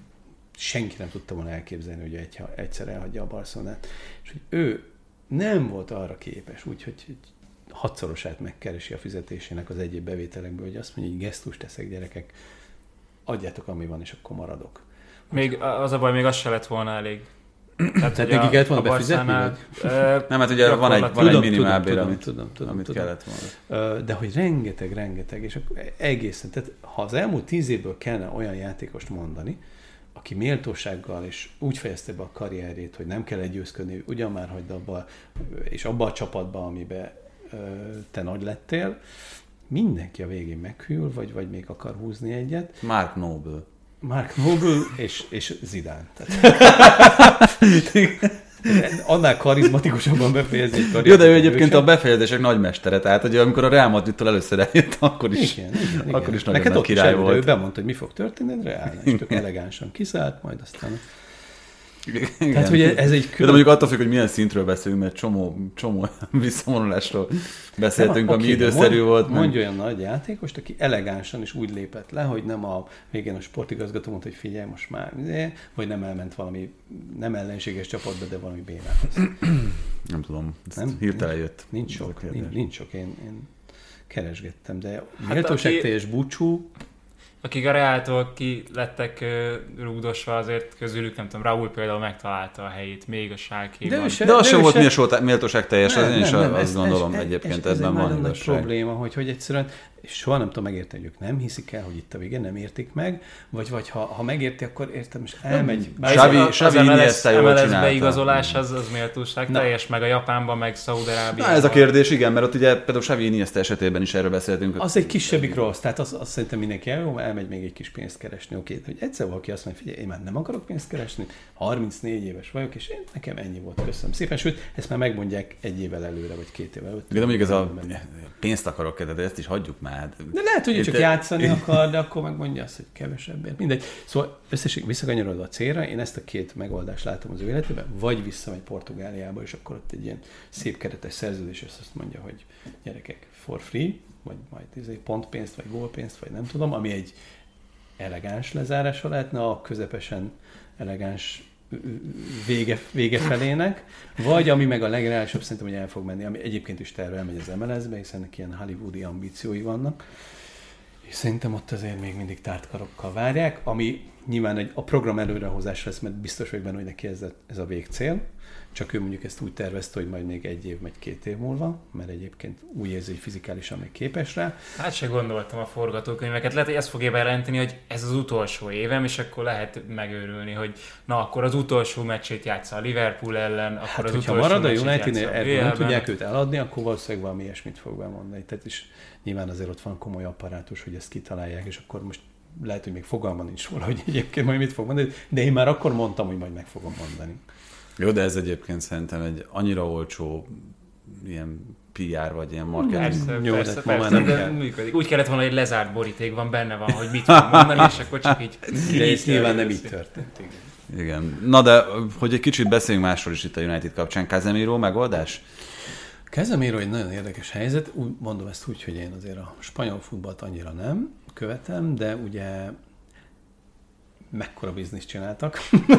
senki nem tudta volna elképzelni, hogy egyszer elhagyja a Barcelonát, és hogy ő nem volt arra képes, úgyhogy 6-szorosát megkeresi a fizetésének az egyéb bevételekből, hogy azt mondja, hogy gesztust teszek, gyerekek, adjátok, ami van, és akkor maradok. Még az a baj, még az se lett volna elég. Tehát neki kellett volna befizetni? Nem, hát ugye van egy minimálbér, amit kellett volna. De hogy rengeteg, és egészen, tehát ha az elmúlt 10 évből kellene olyan játékost mondani, aki méltósággal és úgy fejezte be a karrierjét, hogy nem kell egyőzködni, ugyan már hagyd abba, és abba a csapatba, amiben te nagy lettél, mindenki a végén meghűl, vagy még akar húzni egyet. Mark Noble és Zidane. Annál karizmatikusabban befejezni egy karriert. Jó, de ő egyébként a befejezések nagymestere, tehát hogy amikor a Real Madridtól először eljött, akkor is nagyon nagy király volt. Ő bemondta, hogy mi fog történni, de Real és tök elegánsan kiszállt, majd aztán... Igen. Tehát, hogy ez egy külön... De mondjuk attól függ, hogy milyen szintről beszélünk, mert csomó visszavonulásról beszéltünk, ami időszerű volt. Mondj olyan nagy játékost, aki elegánsan is úgy lépett le, hogy nem a végén a sportigazgató mondta, hogy figyelj, most már, vagy nem elment valami nem ellenséges csapatba, de valami bénához. Nem tudom, hirtelen jött. Nincs sok. Én keresgettem, de méltóságteljes búcsú. Akik a Reáltól ki lettek rúgdosva, azért közülük, nem tudom, Raúl például megtalálta a helyét, még a Schalke-ban. De az sem volt méltóságteljes, én is azt gondolom egyébként ebben van nagy probléma, hogy egyszerűen soha nem tudom megérteni, hogy ők nem hiszik el, hogy itt a vége, nem értik meg, vagy ha megérti, akkor értem, és elmegy. Xavi Iniesta jól csinálta. Beigazolás az méltóságteljes, meg a Japánban, meg Szaúd-Arábiában. Ez a kérdés, igen, mert ott ugye például Xavi Iniesta esetében is erről beszéltünk. Az egy kisebbik rossz, tehát azt szerintem mindenki elmegy még egy kis pénzt keresni. Oké, hogy egyszer valaki azt mondja, figyelj, én már nem akarok pénzt keresni, 34 éves vagyok, és nekem ennyi volt, köszönöm szépen. Sőt, ezt már megmondják 1 évvel előre, vagy 2 évvel előre. De mondjuk ez a pénzt akarok, de ezt is hagyjuk már. De lehet, hogy csak játszani akar, de akkor megmondja azt, hogy kevesebbért. Mindegy. Szóval összesség visszakanyarodva a célra, én ezt a 2 megoldást látom az ő életében, vagy visszamegy Portugáliába, és akkor ott egy ilyen szép keretes szerződés, és azt mondja, hogy gyerekek, for free, vagy majd pontpénzt, vagy gólpénzt, vagy nem tudom, ami egy elegáns lezárása lehetne a közepesen elegáns vége felének, vagy ami meg a legreálisabb, szerintem, hogy el fog menni, ami egyébként is terve elmegy az MLS-be, hiszen ennek ilyen hollywoodi ambíciói vannak, és szerintem ott azért még mindig tárt karokkal várják, ami nyilván a program előrehozás lesz, mert biztos vagyok benne, hogy neki ez a végcél, csak ő mondjuk ezt úgy tervezte, hogy majd még 1 év, vagy 2 év múlva, mert egyébként úgy érzi, hogy fizikálisan még képes rá. Hát se gondoltam a forgatókönyveket. Lehet, hogy ezt fogja bejelenteni, hogy ez az utolsó évem, és akkor lehet megőrülni, hogy na, akkor az utolsó meccsét játsza a Liverpool ellen, akkor hát, az hogyha utolsó marad a meccsét United-nél, ebből nem tudják őt eladni, akkor valószínűleg valami ilyesmit fog bemondani. Tehát is nyilván azért ott van komoly apparátus, hogy ezt kitalálják, és akkor most lehet, hogy még fogalma nincs róla, hogy egyébként majd mit fog mondani, de én már akkor mondtam, hogy majd meg fogom mondani. Jó, de ez egyébként szerintem egy annyira olcsó ilyen PR vagy ilyen marketing. Persze, de működik. Úgy kellett volna, hogy lezárt borítékban benne van, hogy mit fog mondani, és akkor csak így... De ez nyilván nem így történt. Igen. Na de, hogy egy kicsit beszéljünk másról is itt a United kapcsán. Casemiro megoldás? Casemiro egy nagyon érdekes helyzet. Úgy mondom ezt úgy, hogy én azért a spanyol futballt annyira nem követem, de ugye mekkora bizniszt csináltak.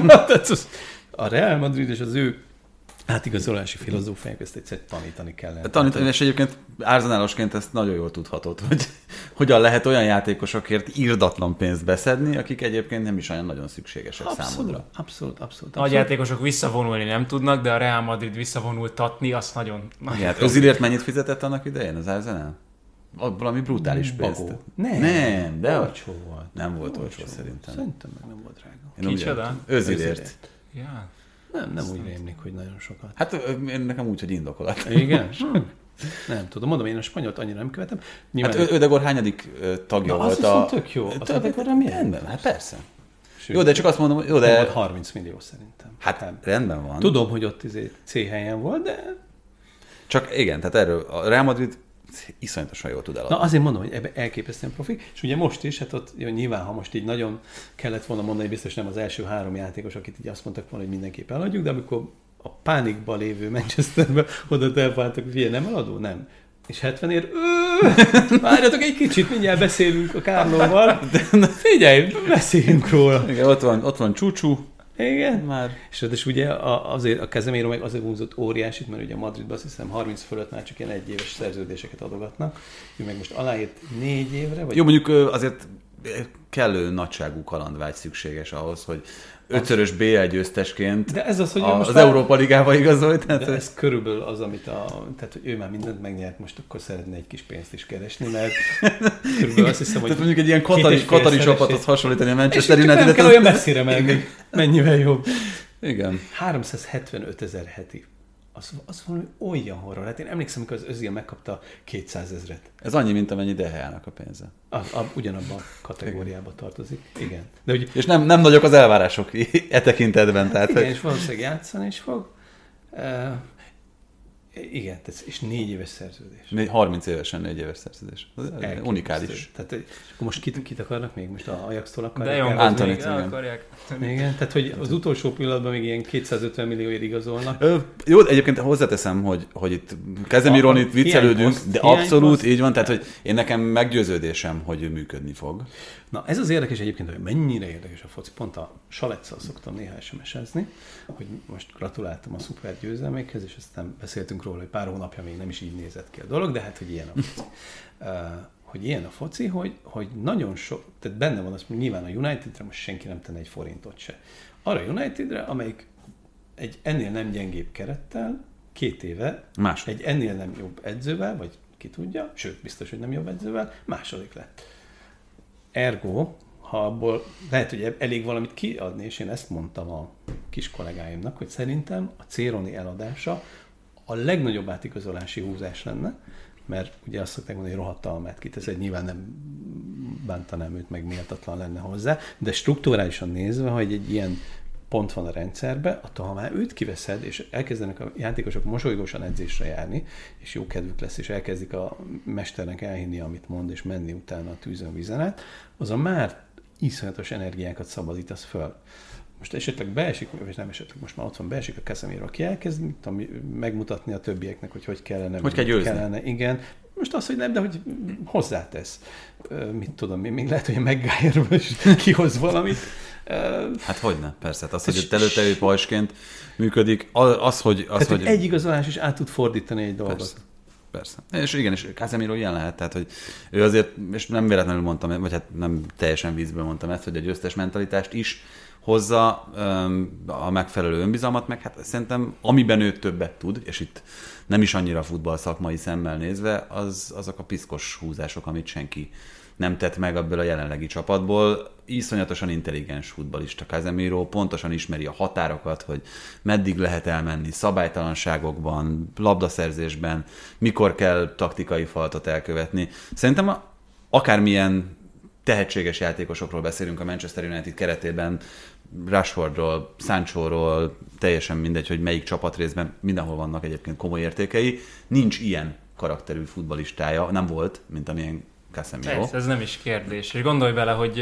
A Real Madrid és az ő átigazolási filozófiájuk, ezt egyszer tanítani kellene. Tanítani, és egyébként Arsenalosként ezt nagyon jól tudhatod, hogy hogyan lehet olyan játékosokért irdatlan pénzt beszedni, akik egyébként nem is olyan nagyon szükségesek számodra. Abszolút. Nagy játékosok visszavonulni nem tudnak, de a Real Madrid visszavonultatni, azt nagyon... Hát Özilért mennyit fizetett annak idején az Arsenal? Valami brutális pénzt. Nem, de olcsó volt. Nem volt olcsó szerintem. Szerintem meg nem volt drága. Kicsoda? Özilért. Ja. Nem úgy rémlik, hogy nagyon sokat. Hát én nekem úgy, hogy indokolat. Igen? Nem tudom, mondom, én a spanyolt annyira nem követem. Nyilván hát Ödegor hányadik tagja volt a... Az tök jó. Az Ödegor rendben? Hát persze. Jó, de csak azt mondom, hogy... Jó, de... Volt 30 millió szerintem. Hát rendben van. Tudom, hogy ott C helyen volt, de... Csak igen, tehát erről a Real Madrid iszonyatosan jól tud eladni. Na azért mondom, hogy ebbe elképesztően profik, és ugye most is, hát ott jó, nyilván, ha most így nagyon kellett volna mondani, biztos nem az első 3 játékos, akit így azt mondtak volna, hogy mindenképp eladjuk, de amikor a pánikban lévő Manchesterben oda telefáltak, hogy figyelj, nem eladó? Nem. És 70-ért, várjatok egy kicsit, mindjárt beszélünk a Kárlóval. Figyelj, beszéljünk róla. Igen, ott van Csúcsú. Igen, már. És ugye azért a Casemiro meg azért húzott óriásit, mert ugye a Madridban azt hiszem 30 fölött már csak ilyen 1 éves szerződéseket adogatnak. Ő meg most aláírt 4 évre. Vagy... Jó, mondjuk azért kellő nagyságú kalandvágy szükséges ahhoz, hogy 5-szörös BL győztesként de ez hogy az Európa Ligába igazolt. De ez körülbelül az, amit tehát hogy ő már mindent megnyert, most akkor szeretne egy kis pénzt is keresni, mert körülbelül azt hiszem, hogy... Tehát mondjuk egy ilyen katari csapathoz hasonlítani a Manchester United-et. Nem kell olyan messzire menni, mennyivel jobb. Igen. 375 000 heti. Az valami olyan horror. Hát én emlékszem, amikor az Özil megkapta 200 000-et. Ez annyi, mint amennyi De Gea-nak a pénze. Ugyanabban a kategóriába tartozik. Igen. De ugye, és nem nagyok az elvárások e tekintetben. Tehát, igen, és valószínűleg játszani is fog. Igen, és 4 éves szerződés. 30 évesen 4 éves szerződés. Unikális. Tehát, és akkor most kit akarnak még? Most a Ajax-tól akarják? De jó, Antonit, igen. Akarják. Igen, tehát hogy az utolsó pillanatban még ilyen 250 millióért igazolnak. Jó, egyébként hozzáteszem, hogy itt Casemiron itt viccelődünk, de abszolút így van, tehát hogy én nekem meggyőződésem, hogy ő működni fog. Na ez az érdekes egyébként, hogy mennyire érdekes a foci. Pont a Saletszal szoktam néha SMS-ezni, hogy most gratuláltam a szuper győzelmékhez, és aztán beszéltünk róla, hogy pár hónapja még nem is így nézett ki a dolog, de hát, hogy ilyen a foci. Hogy ilyen a foci, hogy nagyon sok, tehát benne van az, hogy nyilván a Unitedre most senki nem tenne egy forintot se. Arra a Unitedre, amelyik egy ennél nem gyengébb kerettel, 2 éve, egy ennél nem jobb edzővel, vagy ki tudja, sőt, biztos, hogy nem jobb edzővel, második lett. Ergo, ha abból lehet, hogy elég valamit kiadni, és én ezt mondtam a kis kollégáimnak, hogy szerintem a Céroni eladása a legnagyobb átigazolási húzás lenne, mert ugye azt szokták mondani, hogy rohadt almát kitesz, egy nyilván nem bántanám őt, meg méltatlan lenne hozzá, de strukturálisan nézve, hogy egy ilyen pont van a rendszerben, attól, ha már őt kiveszed, és elkezdenek a játékosok mosolygósan edzésre járni, és jó kedvük lesz, és elkezdik a mesternek elhinni, amit mond, és menni utána a tűzön vízen át, azon már iszonyatos energiákat szabadítasz föl. Most esetleg beesik, vagy nem esetleg, most már ott van, beesik a Casemiro, aki elkezd megmutatni a többieknek, hogy kellene. Hogy kell győzni. Kellene, igen. Most az, hogy nem, de hogy hozzátesz. Mit tudom, még lehet, hogy a Maguire-ből is kihoz valamit. Hát hogyne, persze. Az, hogy előtte pajsként működik, az, hogy egy igazolás is át tud fordítani egy dolgot. Persze. És igen, és Casemiro ilyen lehet, tehát, hogy ő azért, és nem véletlenül mondtam, vagy hát nem teljesen vízből mondtam ezt, hogy a győztes mentalitást is hozza a megfelelő önbizalmat, meg hát szerintem amiben ő többet tud, és itt nem is annyira futball szakmai szemmel nézve, azok a piszkos húzások, amit senki nem tett meg ebből a jelenlegi csapatból. Iszonyatosan intelligens futballista Casemiro, pontosan ismeri a határokat, hogy meddig lehet elmenni szabálytalanságokban, labdaszerzésben, mikor kell taktikai faltot elkövetni. Szerintem akármilyen tehetséges játékosokról beszélünk a Manchester United keretében, Rashfordról, Sanchoról, teljesen mindegy, hogy melyik csapatrészben, mindenhol vannak egyébként komoly értékei. Nincs ilyen karakterű futballistája, nem volt, mint amilyen Casemiro. Ez nem is kérdés. És gondolj bele, hogy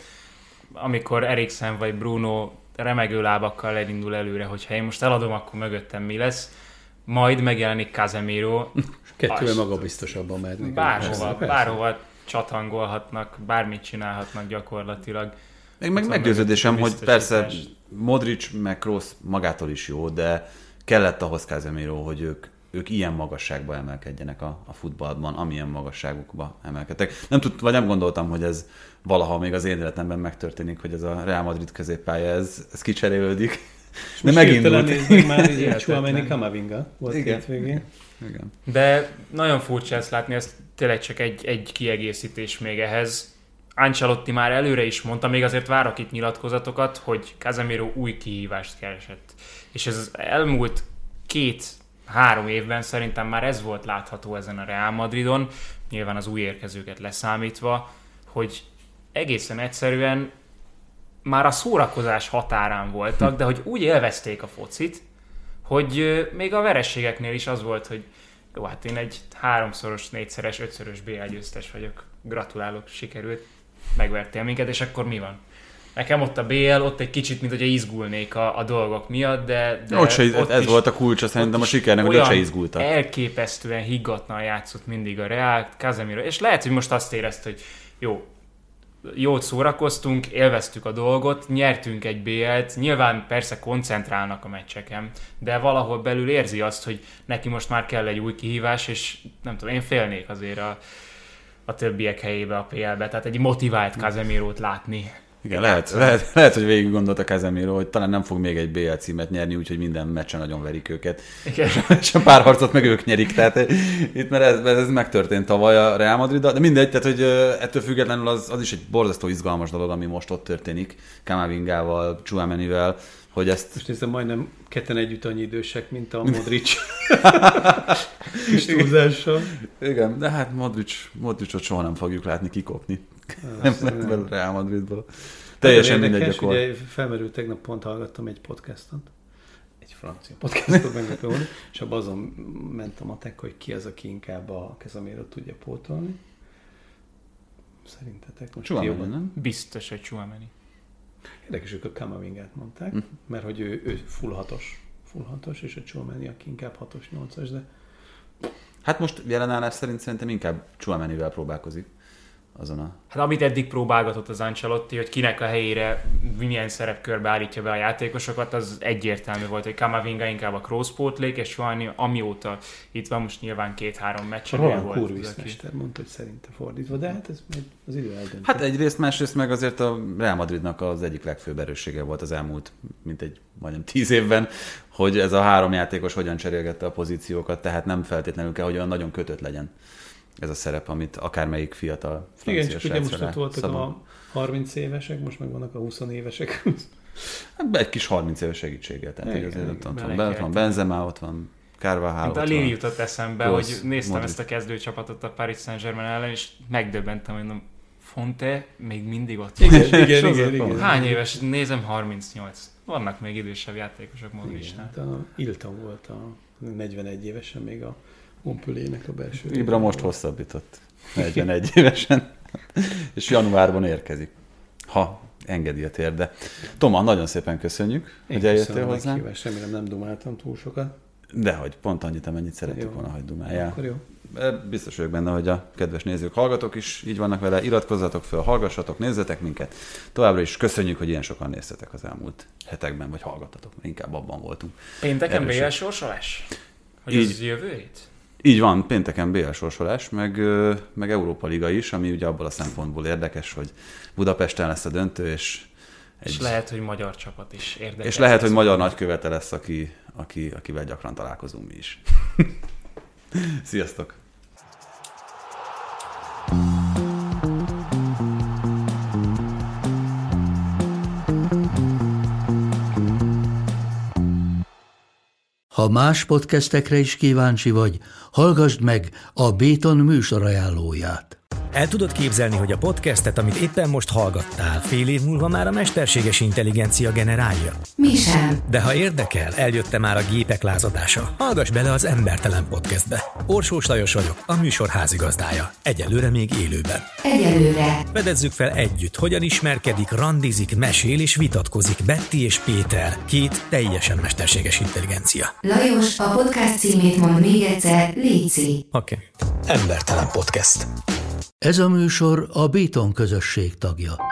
amikor Eriksen vagy Bruno remegő lábakkal elindul előre, hogyha én most eladom, akkor mögöttem mi lesz, majd megjelenik Casemiro. Kettővel magabiztosabban mernek. Bárhova csatangolhatnak, bármit csinálhatnak gyakorlatilag. Meg meggyőződésem, hogy persze Modric meg Kroos magától is jó, de kellett ahhoz Casemiro, hogy ők ilyen magasságba emelkedjenek a futballban, amilyen magasságukba emelkedtek. Nem gondoltam, hogy ez valaha még az én életemben megtörténik, hogy ez a Real Madrid középpálya, ez kicserélődik. De megindult. Nézzük már, hogy Tchouaméni Camavinga volt hétvégén. Igen. De nagyon furcsa ezt látni, ez tényleg csak egy kiegészítés még ehhez. Ancelotti már előre is mondta, még azért várok itt nyilatkozatokat, hogy Casemiro új kihívást keresett. És ez elmúlt 2-3 évben szerintem már ez volt látható ezen a Real Madridon, nyilván az új érkezőket leszámítva, hogy egészen egyszerűen már a szórakozás határán voltak, de hogy úgy élvezték a focit, hogy még a vereségeknél is az volt, hogy jó, hát én egy 3-szoros, 4-szeres, 5-szörös BL győztes vagyok, gratulálok, sikerült, megvertél minket, és akkor mi van? Nekem ott a BL, ott egy kicsit, mint hogyha izgulnék a dolgok miatt, de ott ez volt a kulcsa szerintem a sikernek, hogy ott se izgultak. Elképesztően higgadtan játszott mindig a Real, Casemiro, és lehet, hogy most azt érezte, hogy jó, jót szórakoztunk, élveztük a dolgot, nyertünk egy BL-t, nyilván persze koncentrálnak a meccseken, de valahol belül érzi azt, hogy neki most már kell egy új kihívás, és nem tudom, én félnék azért a többiek helyébe a PL-be, tehát egy motivált Casemirót látni. Igen, lehet, hogy végig gondolta Casemiro, hogy talán nem fog még egy BL címet nyerni, úgyhogy minden meccsen nagyon verik őket. Igen. És a párharcot meg ők nyerik. Tehát itt mert ez megtörtént tavaly a Real Madriddal, de mindegy, tehát hogy ettől függetlenül az is egy borzasztó izgalmas dolog, ami most ott történik Kamavingával, Tchouaménivel, hogy ezt... Most nézem, majdnem ketten együtt annyi idősek, mint a Modric. Kis túlzással. Igen, de hát Modricot soha nem fogjuk látni kikopni. Nem Real Madridból. Teljesen mindegy akkor. Ugye felmerült, tegnap pont hallgattam egy podcastot, egy francia podcastot meglepően, és abban azon ment a matek, hogy ki az, aki inkább a Casemiro tudja pótolni. Szerintetek most Tchouaméni, nem? Biztos, hogy Tchouaméni. Érdekes, ők a Kamavingát mondták, mert hogy ő full hatos, és a Tchouaméni, aki inkább 6-os, 8-as, de... Hát most jelenállás szerintem inkább Tchouaménivel próbálkozik azon a... Hát amit eddig próbálgatott az Ancelotti, hogy kinek a helyére milyen szerepkörbe állítja be a játékosokat, az egyértelmű volt, hogy Camavinga inkább a Kroos pótlék, és Tchouaméni amióta itt van, most nyilván 2-3 meccsen volt. Roland Kurviszmester mondta, hogy szerinte fordítva, de hát ez az idő eldönti. Hát egyrészt, másrészt meg azért a Real Madridnak az egyik legfőbb erőssége volt az elmúlt, majdnem 10 évben, hogy ez a 3 játékos hogyan cserélgette a pozíciókat, tehát nem feltétlenül kell, hogy olyan nagyon kötött legyen ez a szerep, amit akármelyik fiatal francia srácra. Igen, csak ugye most ott voltak a 30 évesek, most meg vannak a 20 évesek. Egy kis 30 éves segítséggel. Tehát azért ott van Benzema, ott van Carvajal. De a Lille jutott eszembe, hogy néztem Modric. ezt a kezdőcsapatot a Paris Saint-Germain ellen, és megdöbbentem, hogy mondom, Fonte még mindig ott van. Igen. Hány éves? Nézem, 38. Vannak még idősebb játékosok Modricnál. Ilton volt a 41 évesen még a Montpelliernek a belső. Ibra most hosszabbított. 41 évesen. És januárban érkezik. Ha engedi a térde. Toma, nagyon szépen köszönjük, hogy eljöttél hozzánk. Remélem nem dumáltam túl sokat. Dehogy, pont annyit, amennyit szerettük volna, hogy dumáljál. Akkor jó. Biztos vagyok benne, hogy a kedves nézők, hallgatók is így vannak vele. Iratkozzatok fel, hallgassatok, nézzetek minket. Továbbra is köszönjük, hogy ilyen sokan néztetek az elmúlt hetekben, vagy hallgattatok, mert inkább abban voltunk. Pénteken BL sorsolás? Hogy Így. ez jövő hét? Így van, pénteken BL sorsolás, meg Európa Liga is, ami ugye abból a szempontból érdekes, hogy Budapesten lesz a döntő, és lehet, hogy magyar csapat is érdekes. És lehet, hogy magyar nagykövete lesz, akivel gyakran találkozunk mi is. Sziasztok! Ha más podcastekre is kíváncsi vagy, hallgassd meg a Béton műsor ajánlóját. El tudod képzelni, hogy a podcastet, amit éppen most hallgattál, fél év múlva már a mesterséges intelligencia generálja? Mi sem. De ha érdekel, eljött már a gépek lázadása. Hallgass bele az Embertelen Podcastbe. Orsós Lajos vagyok, a műsor házigazdája. Egyelőre még élőben. Egyelőre. Fedezzük fel együtt, hogyan ismerkedik, randizik, mesél és vitatkozik Betty és Péter, két teljesen mesterséges intelligencia. Lajos, a podcast címét mond még egyszer, léci. Oké. Embertelen Podcast. Ez a műsor a Béton közösség tagja.